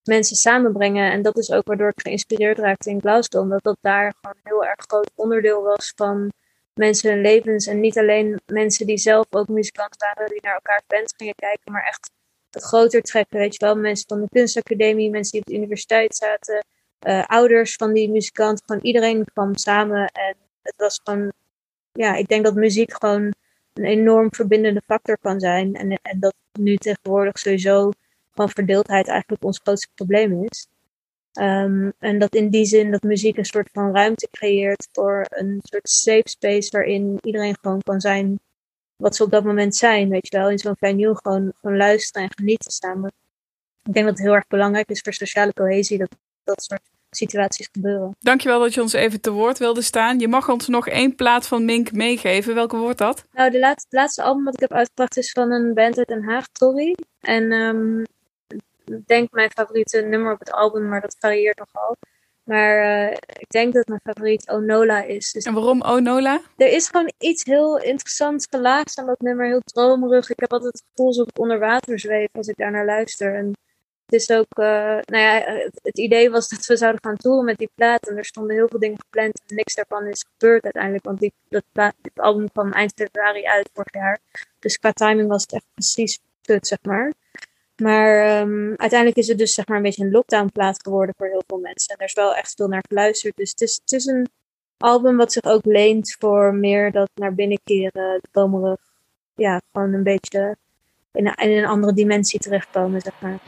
mensen samenbrengen. En dat is ook waardoor ik geïnspireerd raakte in Glasgow. Omdat dat daar gewoon een heel erg groot onderdeel was van mensen hun levens. En niet alleen mensen die zelf ook muzikant waren, die naar elkaar bands gingen kijken, maar echt het groter trekken, weet je wel. Mensen van de kunstacademie, mensen die op de universiteit zaten, uh, ouders van die muzikanten, gewoon iedereen kwam samen. En het was gewoon, ja, ik denk dat muziek gewoon een enorm verbindende factor kan zijn. En, en dat nu tegenwoordig sowieso gewoon verdeeldheid eigenlijk ons grootste probleem is. Um, en dat in die zin dat muziek een soort van ruimte creëert voor een soort safe space waarin iedereen gewoon kan zijn wat ze op dat moment zijn, weet je wel. In zo'n venue gewoon, gewoon luisteren en genieten samen. Ik denk dat het heel erg belangrijk is voor sociale cohesie dat dat soort situaties gebeuren. Dankjewel dat je ons even te woord wilde staan. Je mag ons nog één plaat van Mink meegeven. Welke wordt dat? Nou, de laatste, het laatste album dat ik heb uitgebracht is van een band uit Den Haag, Torry. En um, ik denk mijn favoriete nummer op het album, maar dat varieert nogal. Maar uh, ik denk dat mijn favoriet Onola is. Dus en waarom Onola? Er is gewoon iets heel interessants gelaagd aan dat nummer. Heel dromerig. Ik heb altijd het gevoel alsof ik onder water zweef als ik daar naar luister. En het is ook, uh, nou ja, het, het idee was dat we zouden gaan touren met die plaat. En er stonden heel veel dingen gepland en niks daarvan is gebeurd uiteindelijk. Want die, dat plaat, dit album kwam eind februari uit vorig jaar. Dus qua timing was het echt precies kut, zeg maar. Maar um, uiteindelijk is het dus zeg maar een beetje een lockdownplaat geworden voor heel veel mensen. En er is wel echt veel naar geluisterd. Dus het is, het is een album wat zich ook leent voor meer dat naar binnen keren, dromerig. Ja, gewoon een beetje in een, in een andere dimensie terechtkomen, zeg maar.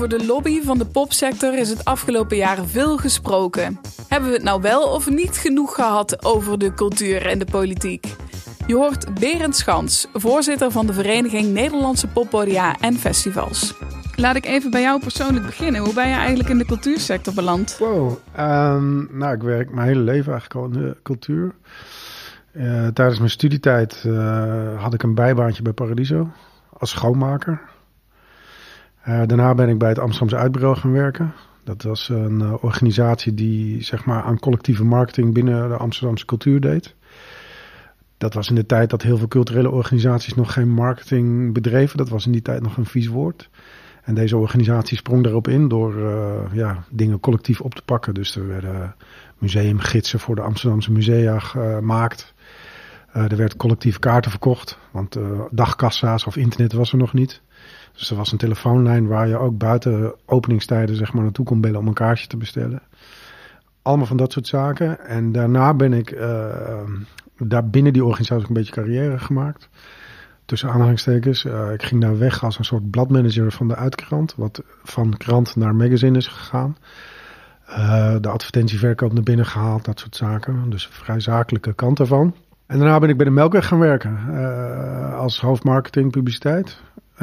Over de lobby van de popsector is het afgelopen jaar veel gesproken. Hebben we het nou wel of niet genoeg gehad over de cultuur en de politiek? Je hoort Berend Schans, voorzitter van de Vereniging Nederlandse Poppodia en Festivals. Laat ik even bij jou persoonlijk beginnen. Hoe ben je eigenlijk in de cultuursector beland? Wow, um, nou ik werk mijn hele leven eigenlijk al in de cultuur. Uh, tijdens mijn studietijd uh, had ik een bijbaantje bij Paradiso als schoonmaker. Uh, daarna ben ik bij het Amsterdamse Uitbureau gaan werken. Dat was een uh, organisatie die zeg maar aan collectieve marketing binnen de Amsterdamse cultuur deed. Dat was in de tijd dat heel veel culturele organisaties nog geen marketing bedreven. Dat was in die tijd nog een vies woord. En deze organisatie sprong daarop in door uh, ja, dingen collectief op te pakken. Dus er werden museumgidsen voor de Amsterdamse musea gemaakt. Uh, er werd collectief kaarten verkocht, want uh, dagkassa's of internet was er nog niet. Dus er was een telefoonlijn waar je ook buiten openingstijden zeg maar, naartoe kon bellen om een kaartje te bestellen. Allemaal van dat soort zaken. En daarna ben ik uh, daar binnen die organisatie een beetje carrière gemaakt. Tussen aanhalingstekens. Uh, ik ging daar weg als een soort bladmanager van de Uitkrant. Wat van krant naar magazine is gegaan. Uh, de advertentieverkoop naar binnen gehaald, dat soort zaken. Dus een vrij zakelijke kant daarvan. En daarna ben ik bij de Melkweg gaan werken. Uh, als hoofdmarketing publiciteit.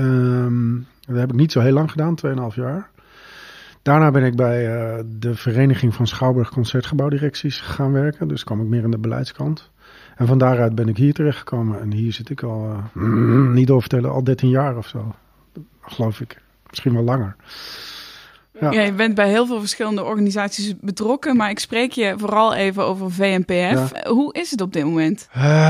Um, dat heb ik niet zo heel lang gedaan, twee komma vijf jaar. Daarna ben ik bij uh, de Vereniging van Schouwburg Concertgebouwdirecties gaan werken. Dus kwam ik meer aan de beleidskant. En van daaruit ben ik hier terechtgekomen. En hier zit ik al, uh, mm, niet over vertellen, al dertien jaar of zo. Geloof ik. Misschien wel langer. Ja. Ja, je bent bij heel veel verschillende organisaties betrokken. Maar ik spreek je vooral even over V N P F. Ja. Hoe is het op dit moment?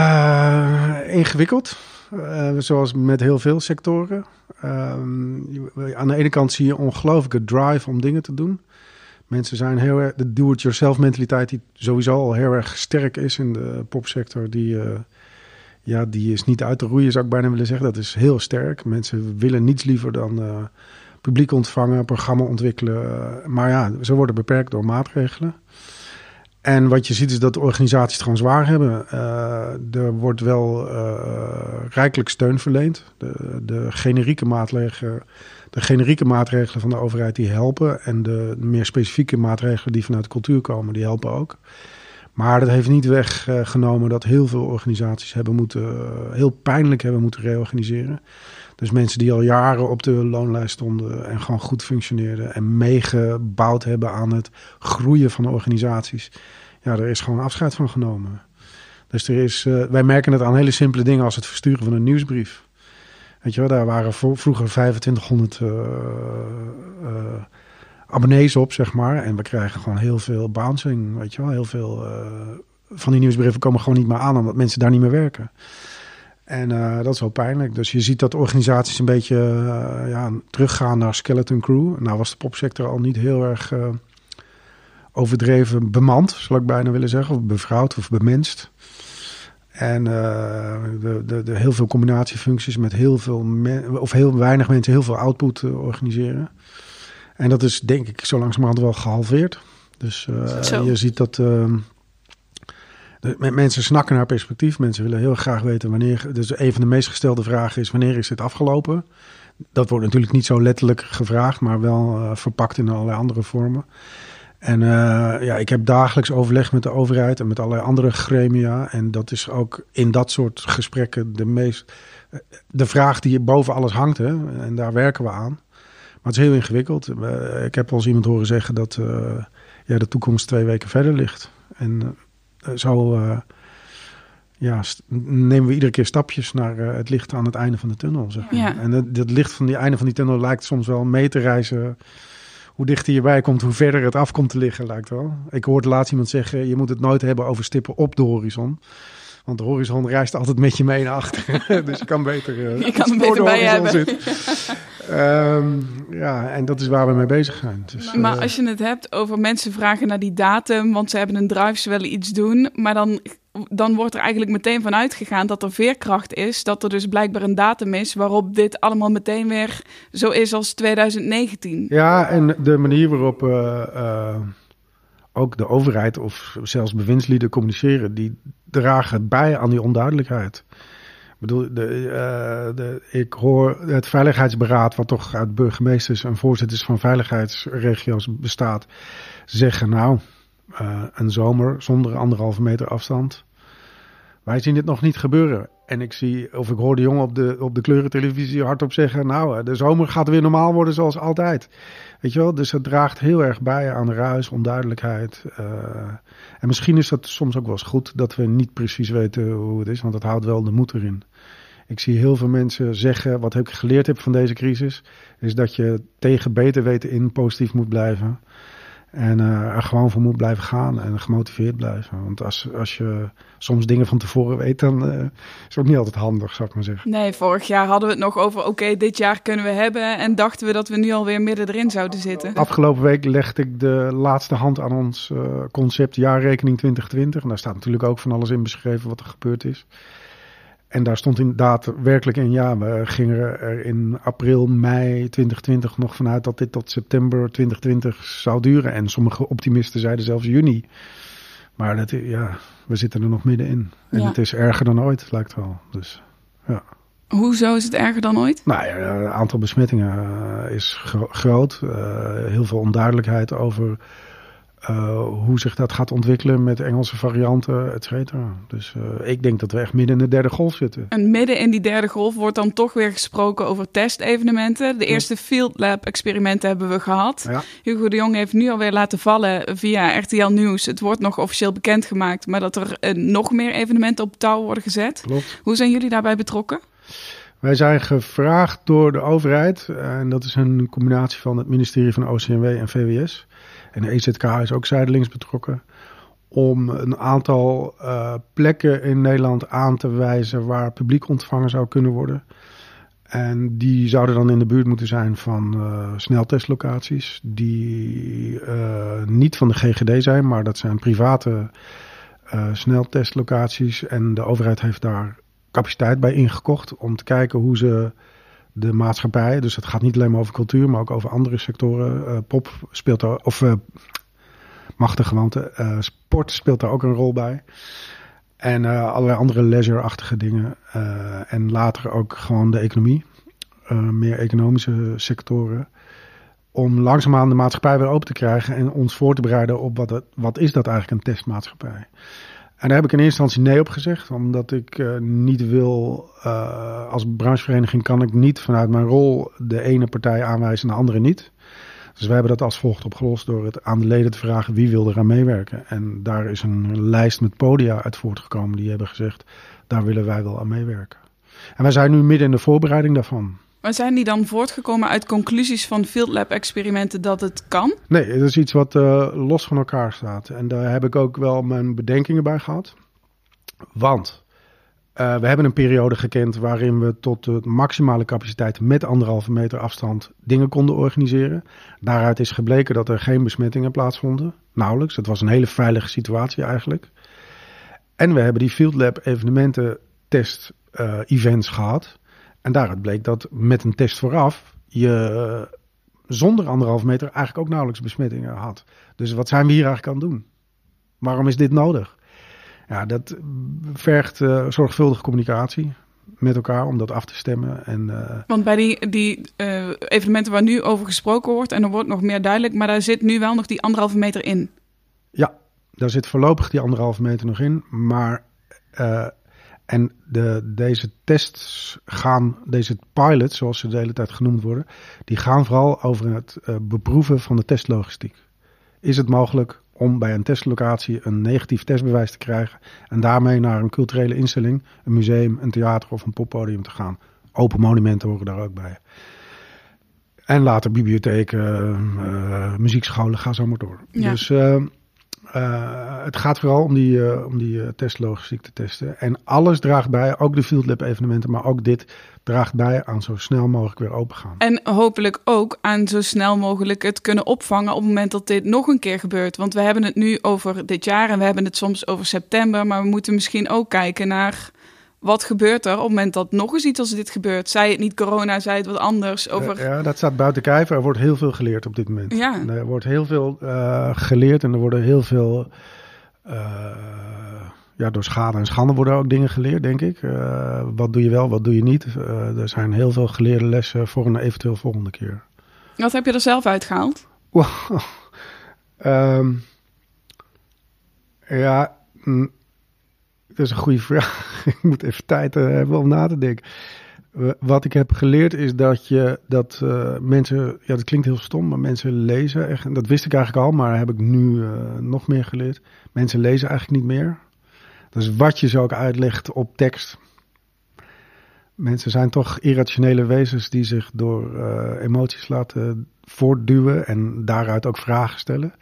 Uh, ingewikkeld. Uh, zoals met heel veel sectoren. Uh, aan de ene kant zie je ongelooflijke drive om dingen te doen. Mensen zijn heel erg... De do-it-yourself mentaliteit die sowieso al heel erg sterk is in de popsector. Die, uh, ja, die is niet uit te roeien, zou ik bijna willen zeggen. Dat is heel sterk. Mensen willen niets liever dan uh, publiek ontvangen, programma ontwikkelen. Uh, maar ja, ze worden beperkt door maatregelen. En wat je ziet is dat de organisaties het gewoon zwaar hebben. Uh, er wordt wel uh, rijkelijk steun verleend. De, de, generieke maatregelen, de generieke maatregelen van de overheid die helpen. En de meer specifieke maatregelen die vanuit de cultuur komen, die helpen ook. Maar dat heeft niet weggenomen dat heel veel organisaties hebben moeten, uh, heel pijnlijk hebben moeten reorganiseren. Dus mensen die al jaren op de loonlijst stonden en gewoon goed functioneerden en meegebouwd hebben aan het groeien van de organisaties. Ja, er is gewoon afscheid van genomen. Dus er is, uh, wij merken het aan hele simpele dingen als het versturen van een nieuwsbrief. Weet je wel, daar waren vroeger vijfentwintighonderd uh, uh, abonnees op, zeg maar. En we krijgen gewoon heel veel bouncing, weet je wel. Heel veel uh, van die nieuwsbrieven komen gewoon niet meer aan, omdat mensen daar niet meer werken. En uh, dat is wel pijnlijk. Dus je ziet dat organisaties een beetje uh, ja, teruggaan naar skeleton crew. Nou was de popsector al niet heel erg uh, overdreven bemand, zal ik bijna willen zeggen. Of bevrouwd of bemenst. En uh, de, de, de heel veel combinatiefuncties met heel veel men, of heel weinig mensen heel veel output uh, organiseren. En dat is denk ik zo langzamerhand wel gehalveerd. Dus uh, je ziet dat... Uh, De, mensen snakken naar perspectief. Mensen willen heel graag weten wanneer... Dus een van de meest gestelde vragen is... wanneer is dit afgelopen? Dat wordt natuurlijk niet zo letterlijk gevraagd... maar wel uh, verpakt in allerlei andere vormen. En uh, ja, ik heb dagelijks overleg met de overheid... en met allerlei andere gremia. En dat is ook in dat soort gesprekken... de meest de vraag die boven alles hangt. Hè? En daar werken we aan. Maar het is heel ingewikkeld. Uh, ik heb wel eens iemand horen zeggen... dat uh, ja, de toekomst twee weken verder ligt. En... Uh, Zo uh, ja, st- nemen we iedere keer stapjes naar uh, het licht aan het einde van de tunnel. Zeg maar. Ja. En dat, dat licht van die einde van die tunnel lijkt soms wel mee te reizen. Hoe dichter je bij komt, hoe verder het af komt te liggen, lijkt wel. Ik hoorde laatst iemand zeggen, je moet het nooit hebben over stippen op de horizon. Want de horizon reist altijd met je mee naar achter. Dus je kan beter, uh, je kan hem beter bij je hebben. um, ja, en dat is waar we mee bezig zijn. Dus, maar uh, als je het hebt over mensen vragen naar die datum... want ze hebben een drive, ze willen iets doen... maar dan, dan wordt er eigenlijk meteen van uitgegaan dat er veerkracht is... dat er dus blijkbaar een datum is... waarop dit allemaal meteen weer zo is als twintig negentien. Ja, en de manier waarop... Uh, uh, ook de overheid of zelfs bewindslieden communiceren... die dragen bij aan die onduidelijkheid. bedoel, de, uh, de, ik hoor het Veiligheidsberaad, wat toch uit burgemeesters en voorzitters van veiligheidsregio's bestaat, zeggen nou, uh, een zomer zonder anderhalve meter afstand. Wij zien dit nog niet gebeuren. En ik zie, of ik hoor de jongen op de, op de kleurentelevisie hardop zeggen, nou, de zomer gaat weer normaal worden zoals altijd. Weet je wel, dus het draagt heel erg bij aan ruis, onduidelijkheid. Uh, en misschien is dat soms ook wel eens goed dat we niet precies weten hoe het is, want dat houdt wel de moed erin. Ik zie heel veel mensen zeggen, wat ik geleerd heb van deze crisis, is dat je tegen beter weten in positief moet blijven. En uh, er gewoon voor moet blijven gaan en gemotiveerd blijven. Want als, als je soms dingen van tevoren weet, dan uh, is het ook niet altijd handig, zou ik maar zeggen. Nee, vorig jaar hadden we het nog over, oké, okay, dit jaar kunnen we hebben. En dachten we dat we nu alweer midden erin zouden zitten. Afgelopen week legde ik de laatste hand aan ons uh, concept jaarrekening twintig twintig. En daar staat natuurlijk ook van alles in beschreven wat er gebeurd is. En daar stond inderdaad werkelijk in, ja, we gingen er in april, mei twintig twintig nog vanuit dat dit tot september twintig twintig zou duren. En sommige optimisten zeiden zelfs juni. Maar dat, ja, we zitten er nog middenin. En ja. Het is erger dan ooit, lijkt wel. Dus, ja. Hoezo is het erger dan ooit? Nou ja, het aantal besmettingen is gro- groot. Uh, heel veel onduidelijkheid over Uh, hoe zich dat gaat ontwikkelen met Engelse varianten, et cetera. Dus uh, ik denk dat we echt midden in de derde golf zitten. En midden in die derde golf wordt dan toch weer gesproken over testevenementen. De eerste Field Lab experimenten hebben we gehad. Ja. Hugo de Jong heeft nu alweer laten vallen via R T L Nieuws. Het wordt nog officieel bekendgemaakt, maar dat er uh, nog meer evenementen op touw worden gezet. Klopt. Hoe zijn jullie daarbij betrokken? Wij zijn gevraagd door de overheid, en dat is een combinatie van het ministerie van O C M W en V W S... en de E Z K is ook zijdelings betrokken, om een aantal uh, plekken in Nederland aan te wijzen waar publiek ontvangen zou kunnen worden. En die zouden dan in de buurt moeten zijn van uh, sneltestlocaties, die uh, niet van de G G D zijn, maar dat zijn private uh, sneltestlocaties. En de overheid heeft daar capaciteit bij ingekocht om te kijken hoe ze de maatschappij, dus het gaat niet alleen maar over cultuur, maar ook over andere sectoren. Uh, pop speelt daar, of uh, machtige gewoonte, uh, sport speelt daar ook een rol bij. En uh, allerlei andere leisure-achtige dingen. Uh, en later ook gewoon de economie, uh, meer economische sectoren. Om langzaamaan de maatschappij weer open te krijgen en ons voor te bereiden op wat, het, wat is dat eigenlijk een testmaatschappij. En daar heb ik in eerste instantie nee op gezegd, omdat ik uh, niet wil, uh, als branchevereniging kan ik niet vanuit mijn rol de ene partij aanwijzen en de andere niet. Dus wij hebben dat als volgt opgelost door het aan de leden te vragen wie wil eraan meewerken. En daar is een lijst met podia uit voortgekomen die hebben gezegd, daar willen wij wel aan meewerken. En wij zijn nu midden in de voorbereiding daarvan. Maar zijn die dan voortgekomen uit conclusies van Field Lab experimenten dat het kan? Nee, dat is iets wat uh, los van elkaar staat. En daar heb ik ook wel mijn bedenkingen bij gehad. Want uh, we hebben een periode gekend waarin we tot de maximale capaciteit met anderhalve meter afstand dingen konden organiseren. Daaruit is gebleken dat er geen besmettingen plaatsvonden. Nauwelijks. Het was een hele veilige situatie eigenlijk. En we hebben die Field Lab evenementen test uh, events gehad. En daaruit bleek dat met een test vooraf je zonder anderhalve meter eigenlijk ook nauwelijks besmettingen had. Dus wat zijn we hier eigenlijk aan het doen? Waarom is dit nodig? Ja, dat vergt uh, zorgvuldige communicatie met elkaar om dat af te stemmen. En, uh... Want bij die, die uh, evenementen waar nu over gesproken wordt, en er wordt nog meer duidelijk, maar daar zit nu wel nog die anderhalve meter in. Ja, daar zit voorlopig die anderhalve meter nog in, maar... Uh, En de, deze tests gaan, deze pilots, zoals ze de hele tijd genoemd worden, die gaan vooral over het uh, beproeven van de testlogistiek. Is het mogelijk om bij een testlocatie een negatief testbewijs te krijgen en daarmee naar een culturele instelling, een museum, een theater of een poppodium te gaan? Open monumenten horen daar ook bij. En later bibliotheken, uh, muziekscholen, ga zo maar door. Ja. Dus... Uh, Uh, het gaat vooral om die, uh, om die uh, testlogistiek te testen. En alles draagt bij, ook de Field Lab evenementen, maar ook dit draagt bij aan zo snel mogelijk weer opengaan. En hopelijk ook aan zo snel mogelijk het kunnen opvangen op het moment dat dit nog een keer gebeurt. Want we hebben het nu over dit jaar en we hebben het soms over september, maar we moeten misschien ook kijken naar... Wat gebeurt er op het moment dat nog eens iets als dit gebeurt? Zij het niet corona, zij het wat anders. Over... Ja, ja, dat staat buiten kijf. Er wordt heel veel geleerd op dit moment. Ja. Er wordt heel veel uh, geleerd en er worden heel veel uh, ja, door schade en schande worden ook dingen geleerd, denk ik. Uh, wat doe je wel, wat doe je niet? Uh, er zijn heel veel geleerde lessen voor een eventueel volgende keer. Wat heb je er zelf uitgehaald? Wow. um, ja, mm, dat is een goede vraag. Ik moet even tijd uh, hebben om na te denken. Uh, wat ik heb geleerd is dat je dat uh, mensen, ja, dat klinkt heel stom, maar mensen lezen echt. En dat wist ik eigenlijk al, maar heb ik nu uh, nog meer geleerd. Mensen lezen eigenlijk niet meer. Dus wat je ze ook uitlegt op tekst. Mensen zijn toch irrationele wezens die zich door uh, emoties laten voortduwen en daaruit ook vragen stellen.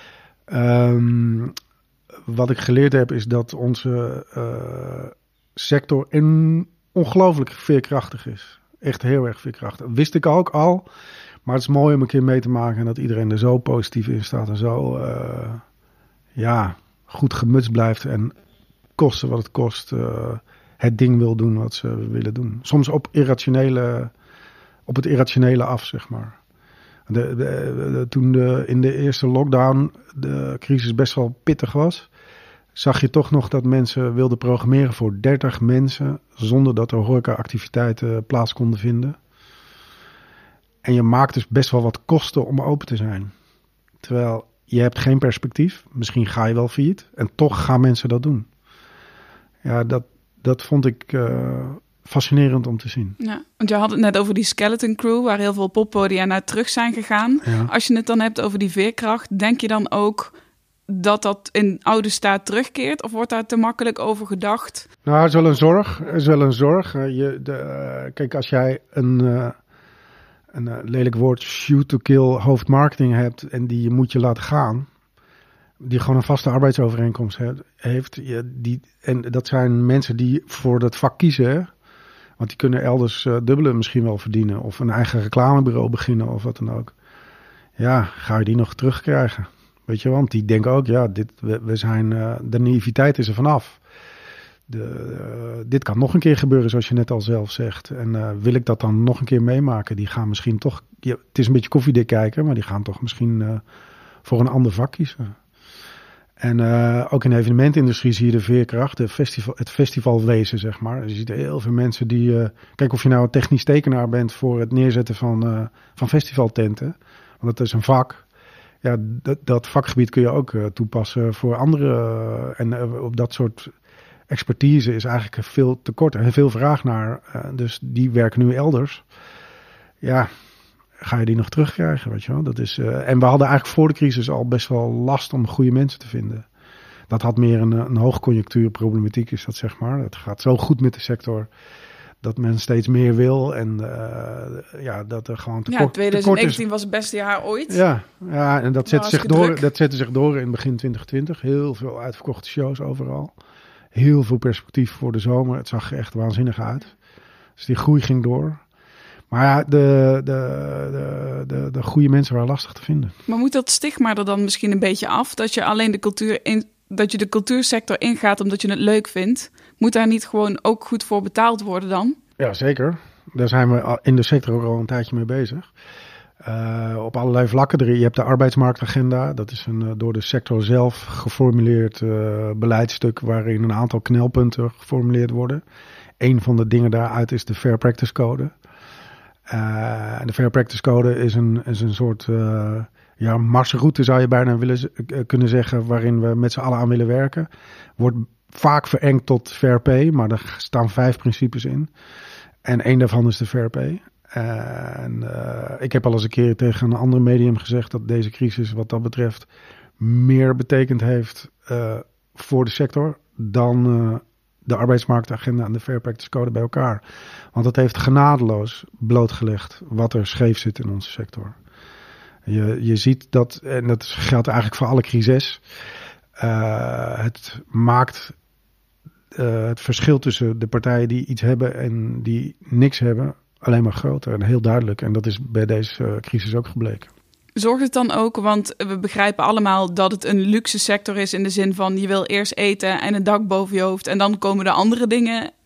Um, wat ik geleerd heb is dat onze uh, sector in ongelooflijk veerkrachtig is. Echt heel erg veerkrachtig. Dat wist ik ook al. Maar het is mooi om een keer mee te maken en dat iedereen er zo positief in staat en zo uh, ja, goed gemutst blijft en kosten wat het kost, uh, het ding wil doen wat ze willen doen. Soms op irrationele, op het irrationele af, zeg maar. De, de, de, toen de, in de eerste lockdown de crisis best wel pittig was, zag je toch nog dat mensen wilden programmeren voor dertig mensen zonder dat er horeca-activiteiten plaats konden vinden. En je maakt dus best wel wat kosten om open te zijn. Terwijl je hebt geen perspectief. Misschien ga je wel failliet. En toch gaan mensen dat doen. Ja, dat, dat vond ik uh, fascinerend om te zien. Ja, want je had het net over die Skeleton Crew, waar heel veel poppodia naar terug zijn gegaan. Ja. Als je het dan hebt over die veerkracht, denk je dan ook dat dat in oude staat terugkeert? Of wordt daar te makkelijk over gedacht? Nou, het is wel een zorg. Het is wel een zorg. Uh, je, de, uh, kijk, als jij een, uh, een uh, lelijk woord shoot-to-kill hoofdmarketing hebt en die moet je laten gaan, die gewoon een vaste arbeidsovereenkomst heeft. Ja, die, en dat zijn mensen die voor dat vak kiezen. Hè? Want die kunnen elders uh, dubbele misschien wel verdienen. Of een eigen reclamebureau beginnen of wat dan ook. Ja, ga je die nog terugkrijgen? Weet je, want die denken ook, ja, dit, we, we zijn, uh, de naïviteit is er vanaf. De, uh, dit kan nog een keer gebeuren, zoals je net al zelf zegt. En uh, wil ik dat dan nog een keer meemaken? Die gaan misschien toch, ja, het is een beetje koffiedik kijken, maar die gaan toch misschien uh, voor een ander vak kiezen. En uh, ook in de evenementindustrie zie je de veerkracht, de festival, het festivalwezen, zeg maar. Je ziet heel veel mensen die, uh, kijk of je nou een technisch tekenaar bent voor het neerzetten van, uh, van festivaltenten. Want dat is een vak. Ja, dat, dat vakgebied kun je ook uh, toepassen voor andere. Uh, en uh, op dat soort expertise is eigenlijk veel tekort en veel vraag naar. Uh, dus die werken nu elders. Ja, ga je die nog terugkrijgen, weet je wel? Dat is, uh, en we hadden eigenlijk voor de crisis al best wel last om goede mensen te vinden. Dat had meer een, een hoogconjunctuurproblematiek is dat, zeg maar. Het gaat zo goed met de sector dat men steeds meer wil en uh, ja, dat er gewoon tekort, ja, twintig negentien was het beste jaar ooit. Ja, ja en dat zette, zich door, dat zette zich door in begin twintig twintig. Heel veel uitverkochte shows overal. Heel veel perspectief voor de zomer. Het zag er echt waanzinnig uit. Dus die groei ging door. Maar ja, de, de, de, de, de goede mensen waren lastig te vinden. Maar moet dat stigma er dan misschien een beetje af? Dat je alleen de cultuur in, dat je de cultuursector ingaat omdat je het leuk vindt? Moet daar niet gewoon ook goed voor betaald worden dan? Ja, zeker. Daar zijn we in de sector ook al een tijdje mee bezig. Uh, op allerlei vlakken. Je hebt de arbeidsmarktagenda. Dat is een door de sector zelf geformuleerd uh, beleidstuk waarin een aantal knelpunten geformuleerd worden. Een van de dingen daaruit is de Fair Practice Code. Uh, en de Fair Practice Code is een, is een soort uh, ja, marsroute, zou je bijna willen uh, kunnen zeggen, waarin we met z'n allen aan willen werken. Wordt vaak verengd tot Fair Pay, maar er staan vijf principes in. En één daarvan is de Fair Pay. Uh, en uh, ik heb al eens een keer tegen een ander medium gezegd dat deze crisis wat dat betreft meer betekend heeft uh, voor de sector dan uh, de arbeidsmarktagenda en de Fair Practice Code bij elkaar. Want het heeft genadeloos blootgelegd wat er scheef zit in onze sector. Je, je ziet dat, en dat geldt eigenlijk voor alle crises, uh, het maakt uh, het verschil tussen de partijen die iets hebben en die niks hebben alleen maar groter en heel duidelijk. En dat is bij deze uh, crisis ook gebleken. Zorgt het dan ook, want we begrijpen allemaal dat het een luxe sector is in de zin van je wil eerst eten en een dak boven je hoofd en dan komen de andere dingen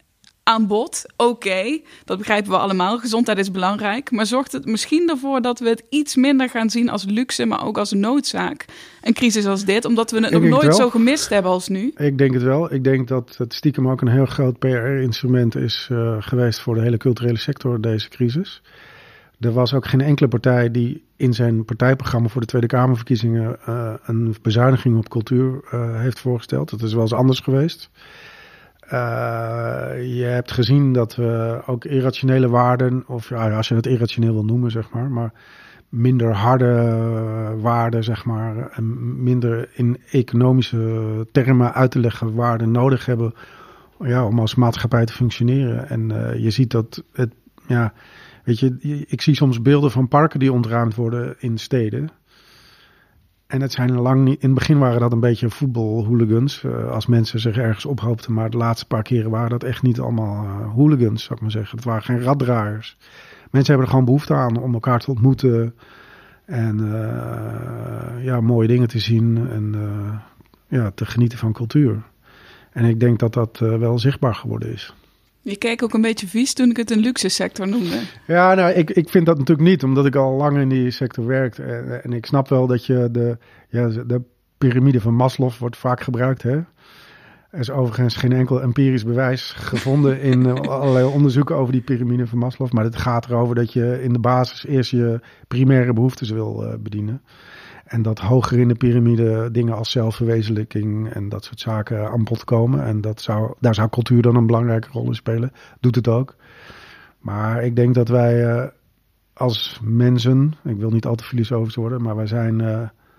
aan bod. Oké, okay, dat begrijpen we allemaal. Gezondheid is belangrijk. Maar zorgt het misschien ervoor dat we het iets minder gaan zien als luxe, maar ook als noodzaak? Een crisis als dit, omdat we het nog nooit het zo gemist hebben als nu. Ik denk het wel. Ik denk dat het stiekem ook een heel groot P R-instrument is uh, geweest voor de hele culturele sector, deze crisis. Er was ook geen enkele partij die in zijn partijprogramma voor de Tweede Kamerverkiezingen uh, een bezuiniging op cultuur uh, heeft voorgesteld. Dat is wel eens anders geweest. Uh, je hebt gezien dat we ook irrationele waarden, of ja, als je het irrationeel wil noemen, zeg maar, maar minder harde waarden, zeg maar, en minder in economische termen uit te leggen waarden nodig hebben, ja, om als maatschappij te functioneren. En uh, je ziet dat het, ja, weet je, ik zie soms beelden van parken die ontruimd worden in steden. En het zijn lang niet. In het begin waren dat een beetje voetbalhooligans. Uh, als mensen zich ergens ophoopten. Maar de laatste paar keren waren dat echt niet allemaal uh, hooligans, zou ik maar zeggen. Het waren geen raddraaiers. Mensen hebben er gewoon behoefte aan om elkaar te ontmoeten. En uh, ja, mooie dingen te zien. En uh, ja, te genieten van cultuur. En ik denk dat dat uh, wel zichtbaar geworden is. Je keek ook een beetje vies toen ik het een luxe sector noemde. Ja, nou, ik, ik vind dat natuurlijk niet, omdat ik al lang in die sector werk. En, en ik snap wel dat je de, ja, de piramide van Maslow wordt vaak gebruikt. Hè? Er is overigens geen enkel empirisch bewijs gevonden in uh, allerlei onderzoeken over die piramide van Maslow. Maar het gaat erover dat je in de basis eerst je primaire behoeftes wil uh, bedienen. En dat hoger in de piramide dingen als zelfverwezenlijking en dat soort zaken aan bod komen. En dat zou, daar zou cultuur dan een belangrijke rol in spelen. Doet het ook. Maar ik denk dat wij uh, als mensen, ik wil niet al te filosofisch worden, maar wij zijn uh,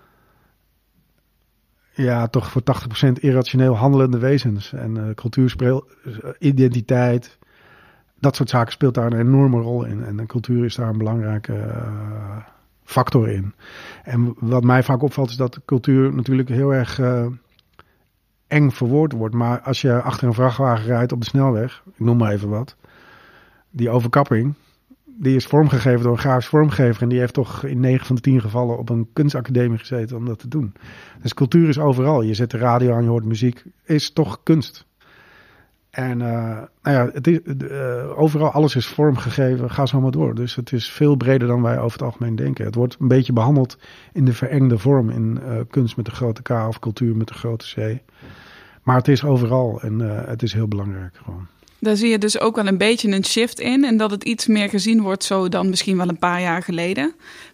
ja, toch voor tachtig procent irrationeel handelende wezens. En uh, cultuur speelt, uh, identiteit, dat soort zaken speelt daar een enorme rol in. En uh, cultuur is daar een belangrijke uh, factor in. En wat mij vaak opvalt is dat cultuur natuurlijk heel erg uh, eng verwoord wordt. Maar als je achter een vrachtwagen rijdt op de snelweg, ik noem maar even wat, die overkapping, die is vormgegeven door een grafisch vormgever. En die heeft toch in negen van de tien gevallen op een kunstacademie gezeten om dat te doen. Dus cultuur is overal. Je zet de radio aan, je hoort muziek, is toch kunst. En uh, nou ja, het is, uh, overal alles is vormgegeven, ga zo maar door. Dus het is veel breder dan wij over het algemeen denken. Het wordt een beetje behandeld in de verengde vorm, in uh, kunst met de grote K of cultuur met de grote C. Maar het is overal en uh, het is heel belangrijk gewoon. Daar zie je dus ook wel een beetje een shift in en dat het iets meer gezien wordt zo dan misschien wel een paar jaar geleden.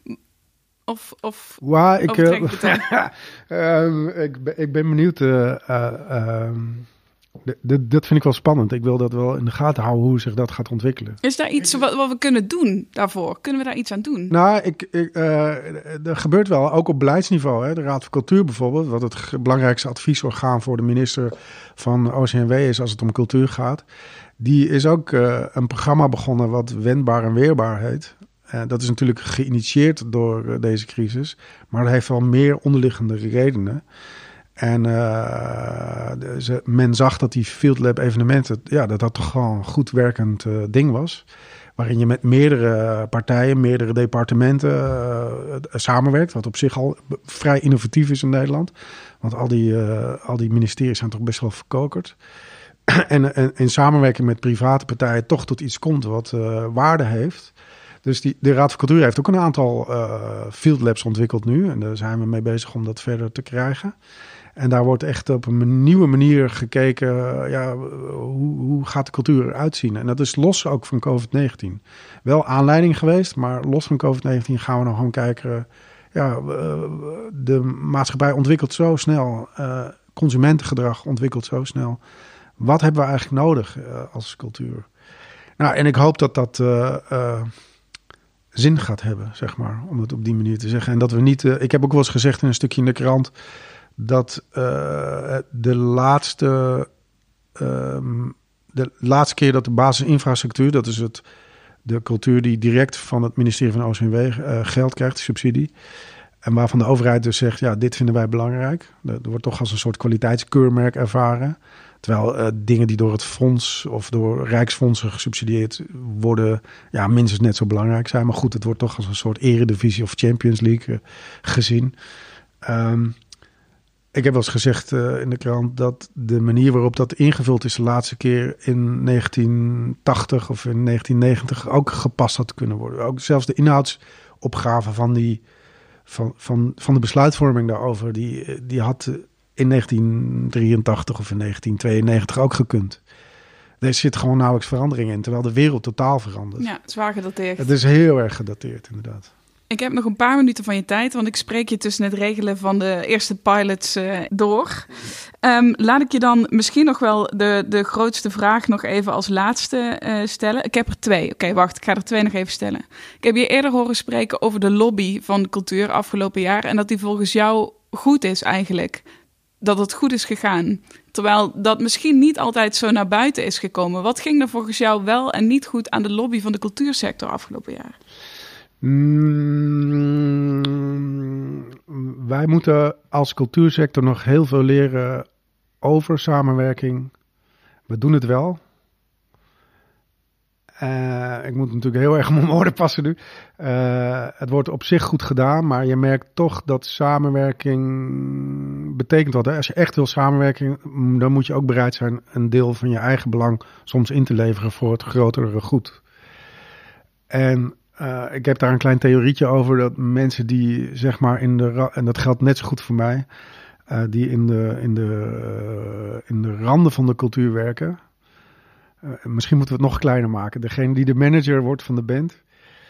Of, of, wow, ik, of trek ik het dan? uh, ik, ben, ik ben benieuwd. Uh, uh, uh, D- d- dat vind ik wel spannend. Ik wil dat wel in de gaten houden hoe zich dat gaat ontwikkelen. Is daar iets wat, wat we kunnen doen daarvoor? Kunnen we daar iets aan doen? Nou, ik, ik, uh, er gebeurt wel, ook op beleidsniveau. Hè. De Raad van Cultuur bijvoorbeeld, wat het g- belangrijkste adviesorgaan voor de minister van O C M W is als het om cultuur gaat. Die is ook uh, een programma begonnen wat Wendbaar en Weerbaar heet. Uh, dat is natuurlijk geïnitieerd door uh, deze crisis. Maar dat heeft wel meer onderliggende redenen. En uh, de, men zag dat die Field Lab evenementen, ja, dat dat toch gewoon een goed werkend uh, ding was. Waarin je met meerdere partijen, meerdere departementen uh, samenwerkt. Wat op zich al vrij innovatief is in Nederland. Want al die, uh, al die ministeries zijn toch best wel verkokerd. en, en in samenwerking met private partijen toch tot iets komt wat uh, waarde heeft. Dus die, de Raad van Cultuur heeft ook een aantal uh, Field Labs ontwikkeld nu. En daar zijn we mee bezig om dat verder te krijgen. En daar wordt echt op een nieuwe manier gekeken, ja, hoe, hoe gaat de cultuur eruit zien? En dat is los ook van covid negentien. Wel aanleiding geweest, maar los van covid negentien gaan we nog gewoon kijken. Ja, de maatschappij ontwikkelt zo snel, uh, consumentengedrag ontwikkelt zo snel. Wat hebben we eigenlijk nodig uh, als cultuur? Nou, en ik hoop dat dat uh, uh, zin gaat hebben, zeg maar, om het op die manier te zeggen. En dat we niet, uh, ik heb ook wel eens gezegd in een stukje in de krant, dat uh, de laatste uh, de laatste keer dat de basisinfrastructuur, dat is het, de cultuur die direct van het ministerie van O C M W uh, geld krijgt, subsidie, en waarvan de overheid dus zegt, ja, dit vinden wij belangrijk. Er wordt toch als een soort kwaliteitskeurmerk ervaren. Terwijl uh, dingen die door het fonds of door rijksfondsen gesubsidieerd worden, ja, minstens net zo belangrijk zijn. Maar goed, het wordt toch als een soort eredivisie of Champions League uh, gezien. Um, Ik heb wel eens gezegd uh, in de krant dat de manier waarop dat ingevuld is de laatste keer in negentien tachtig of in negentien negentig ook gepast had kunnen worden. Ook zelfs de inhoudsopgave van, die, van, van, van de besluitvorming daarover, die, die had in negentien drieëntachtig of in negentien tweeënnegentig ook gekund. Er zit gewoon nauwelijks verandering in, terwijl de wereld totaal verandert. Ja, zwaar gedateerd. Het is heel erg gedateerd, inderdaad. Ik heb nog een paar minuten van je tijd, want ik spreek je tussen het regelen van de eerste pilots uh, door. Um, laat ik je dan misschien nog wel de, de grootste vraag nog even als laatste uh, stellen. Ik heb er twee. Oké, okay, wacht, ik ga er twee nog even stellen. Ik heb je eerder horen spreken over de lobby van de cultuur afgelopen jaar en dat die volgens jou goed is eigenlijk. Dat het goed is gegaan. Terwijl dat misschien niet altijd zo naar buiten is gekomen. Wat ging er volgens jou wel en niet goed aan de lobby van de cultuursector afgelopen jaar? Mm, wij moeten als cultuursector nog heel veel leren over samenwerking. We doen het wel. Uh, ik moet natuurlijk heel erg op mijn woorden passen nu. Uh, het wordt op zich goed gedaan, maar je merkt toch dat samenwerking betekent wat. Hè? Als je echt wil samenwerken, dan moet je ook bereid zijn een deel van je eigen belang soms in te leveren voor het grotere goed. En uh, ik heb daar een klein theorietje over dat mensen die zeg maar in de, en dat geldt net zo goed voor mij, uh, die in de, in de, uh, in de randen van de cultuur werken. Uh, misschien moeten we het nog kleiner maken. Degene die de manager wordt van de band,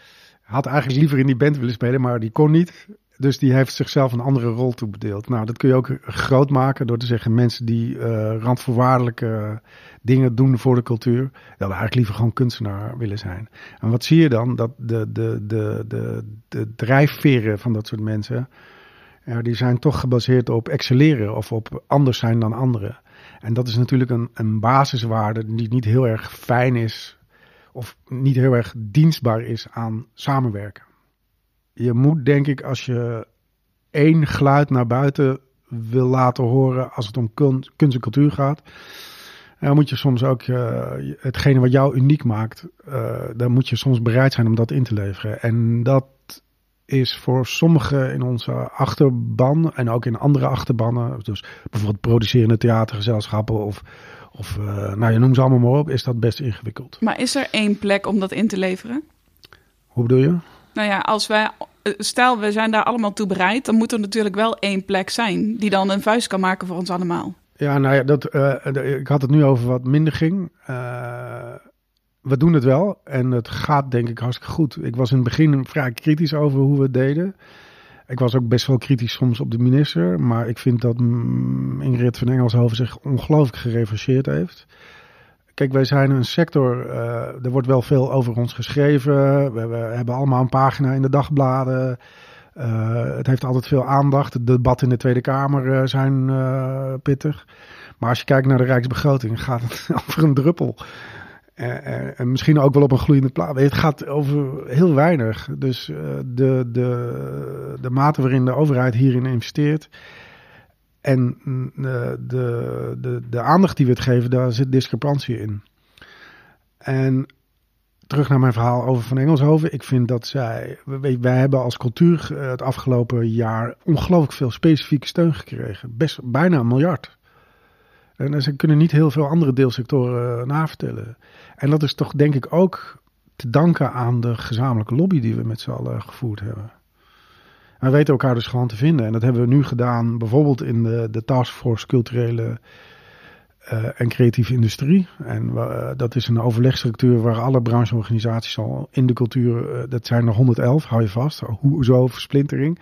had eigenlijk liever in die band willen spelen, maar die kon niet. Dus die heeft zichzelf een andere rol toebedeeld. Nou, dat kun je ook groot maken door te zeggen mensen die uh, randvoorwaardelijke dingen doen voor de cultuur, dat eigenlijk liever gewoon kunstenaar willen zijn. En wat zie je dan? Dat de, de, de, de, de drijfveren van dat soort mensen, ja, die zijn toch gebaseerd op excelleren of op anders zijn dan anderen. En dat is natuurlijk een, een basiswaarde die niet heel erg fijn is of niet heel erg dienstbaar is aan samenwerken. Je moet, denk ik, als je één geluid naar buiten wil laten horen als het om kun, kunst en cultuur gaat, dan moet je soms ook uh, hetgene wat jou uniek maakt, uh, dan moet je soms bereid zijn om dat in te leveren. En dat is voor sommigen in onze achterban en ook in andere achterbannen, dus bijvoorbeeld producerende theatergezelschappen of, of uh, nou je noemt ze allemaal maar op, is dat best ingewikkeld. Maar is er één plek om dat in te leveren? Hoe bedoel je? Nou ja, als wij, stel we zijn daar allemaal toe bereid, dan moet er natuurlijk wel één plek zijn die dan een vuist kan maken voor ons allemaal. Ja, nou ja, dat, uh, ik had het nu over wat minder ging. Uh, we doen het wel en het gaat denk ik hartstikke goed. Ik was in het begin vrij kritisch over hoe we het deden. Ik was ook best wel kritisch soms op de minister, maar ik vind dat Ingrid van Engelshoven zich ongelooflijk gerevancheerd heeft. Kijk, wij zijn een sector, uh, er wordt wel veel over ons geschreven. We, we hebben allemaal een pagina in de dagbladen. Uh, het heeft altijd veel aandacht. De debatten in de Tweede Kamer uh, zijn uh, pittig. Maar als je kijkt naar de Rijksbegroting, gaat het over een druppel. Uh, uh, en misschien ook wel op een gloeiende plaat. Het gaat over heel weinig. Dus uh, de, de, de mate waarin de overheid hierin investeert en de, de, de, de aandacht die we het geven, daar zit discrepantie in. En terug naar mijn verhaal over Van Engelshoven. Ik vind dat zij, wij, wij hebben als cultuur het afgelopen jaar ongelooflijk veel specifieke steun gekregen. Best bijna een miljard. En ze kunnen niet heel veel andere deelsectoren navertellen. En dat is toch denk ik ook te danken aan de gezamenlijke lobby die we met z'n allen gevoerd hebben. Wij weten elkaar dus gewoon te vinden. En dat hebben we nu gedaan bijvoorbeeld in de, de Taskforce Culturele uh, en Creatieve Industrie. En uh, dat is een overlegstructuur waar alle brancheorganisaties al in de cultuur, uh, dat zijn er honderd-elf, hou je vast, hoezo versplintering,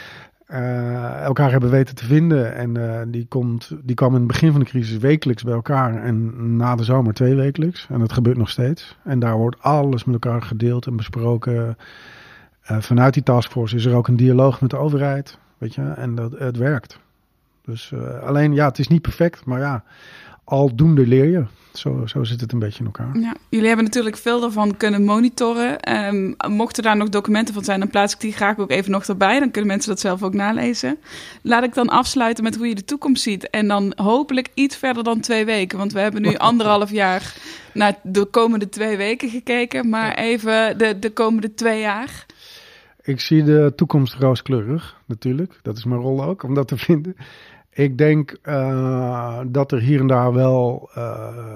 uh, elkaar hebben weten te vinden. En uh, die, komt, die kwam in het begin van de crisis wekelijks bij elkaar en na de zomer twee wekelijks. En dat gebeurt nog steeds. En daar wordt alles met elkaar gedeeld en besproken. Uh, vanuit die taskforce is er ook een dialoog met de overheid, weet je, en dat, het werkt. Dus uh, alleen, ja, het is niet perfect, maar ja, aldoende leer je. Zo, zo zit het een beetje in elkaar. Ja, jullie hebben natuurlijk veel daarvan kunnen monitoren. Um, mochten daar nog documenten van zijn, dan plaats ik die graag ook even nog erbij. Dan kunnen mensen dat zelf ook nalezen. Laat ik dan afsluiten met hoe je de toekomst ziet. En dan hopelijk iets verder dan twee weken. Want we hebben nu anderhalf jaar naar de komende twee weken gekeken. Maar even de, de komende twee jaar. Ik zie de toekomst rooskleurig, natuurlijk. Dat is mijn rol ook, om dat te vinden. Ik denk uh, dat er hier en daar wel... Uh,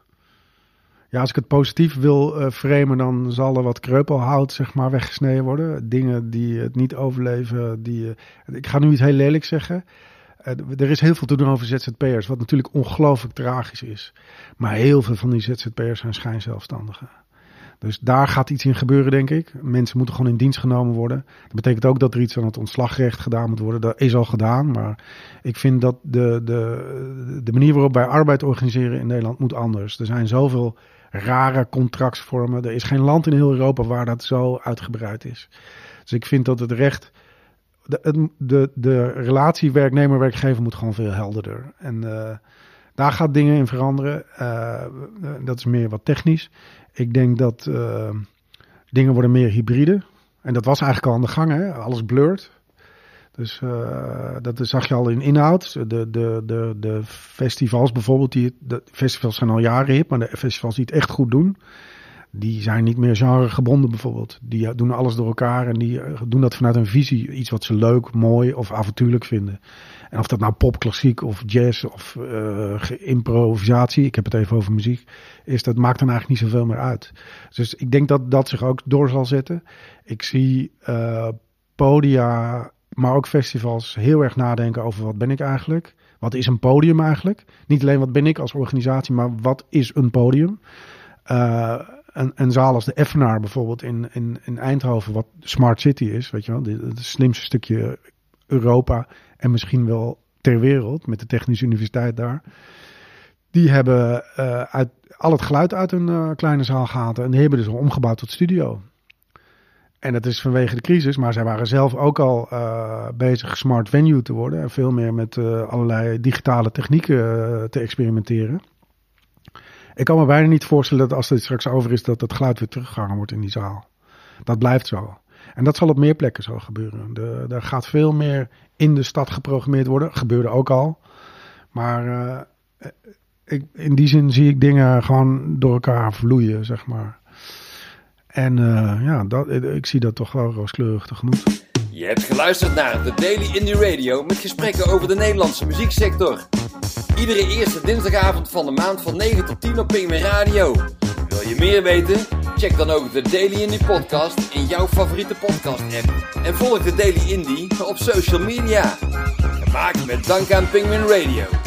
ja, als ik het positief wil uh, framen, dan zal er wat kreupelhout zeg maar, weggesneden worden. Dingen die het niet overleven. Die, uh, ik ga nu iets heel lelijk zeggen. Uh, er is heel veel te doen over Z Z P'ers, wat natuurlijk ongelooflijk tragisch is. Maar heel veel van die Z Z P'ers zijn schijnzelfstandigen. Dus daar gaat iets in gebeuren, denk ik. Mensen moeten gewoon in dienst genomen worden. Dat betekent ook dat er iets aan het ontslagrecht gedaan moet worden. Dat is al gedaan, maar ik vind dat de, de, de manier waarop wij arbeid organiseren in Nederland moet anders. Er zijn zoveel rare contractsvormen. Er is geen land in heel Europa waar dat zo uitgebreid is. Dus ik vind dat het recht... De, de, de relatie werknemer-werkgever moet gewoon veel helderder. En uh, daar gaat dingen in veranderen. Uh, dat is meer wat technisch. Ik denk dat uh, dingen worden meer hybride. En dat was eigenlijk al aan de gang, hè? Alles blurt. Dus uh, dat zag je al in inhoud. De, de, de, de festivals bijvoorbeeld, die, de festivals zijn al jaren hip, maar de festivals die het echt goed doen, die zijn niet meer genregebonden bijvoorbeeld. Die doen alles door elkaar en die doen dat vanuit een visie. Iets wat ze leuk, mooi of avontuurlijk vinden. En of dat nou pop, klassiek of jazz of uh, improvisatie, ik heb het even over muziek, is, dat maakt dan eigenlijk niet zoveel meer uit. Dus ik denk dat dat zich ook door zal zetten. Ik zie uh, podia, maar ook festivals heel erg nadenken over wat ben ik eigenlijk? Wat is een podium eigenlijk? Niet alleen wat ben ik als organisatie, maar wat is een podium? Uh, Een, een zaal als de Effenaar bijvoorbeeld in, in, in Eindhoven, wat Smart City is, weet je wel, het slimste stukje Europa en misschien wel ter wereld, met de Technische Universiteit daar. Die hebben uh, uit, al het geluid uit een uh, kleine zaal gehaald en die hebben dus al omgebouwd tot studio. En dat is vanwege de crisis, maar zij waren zelf ook al uh, bezig smart venue te worden en veel meer met uh, allerlei digitale technieken uh, te experimenteren. Ik kan me bijna niet voorstellen dat als het straks over is, dat het geluid weer teruggehangen wordt in die zaal. Dat blijft zo. En dat zal op meer plekken zo gebeuren. De, er gaat veel meer in de stad geprogrammeerd worden. Gebeurde ook al. Maar uh, ik, in die zin zie ik dingen gewoon door elkaar vloeien, zeg maar. En uh, ja, dat, ik zie dat toch wel rooskleurig tegemoet. Je hebt geluisterd naar de Daily Indie Radio met gesprekken over de Nederlandse muzieksector. Iedere eerste dinsdagavond van de maand van negen tot tien op Penguin Radio. Wil je meer weten? Check dan ook de Daily Indie podcast in jouw favoriete podcast app. En volg de Daily Indie op social media. Gemaakt met dank aan Penguin Radio.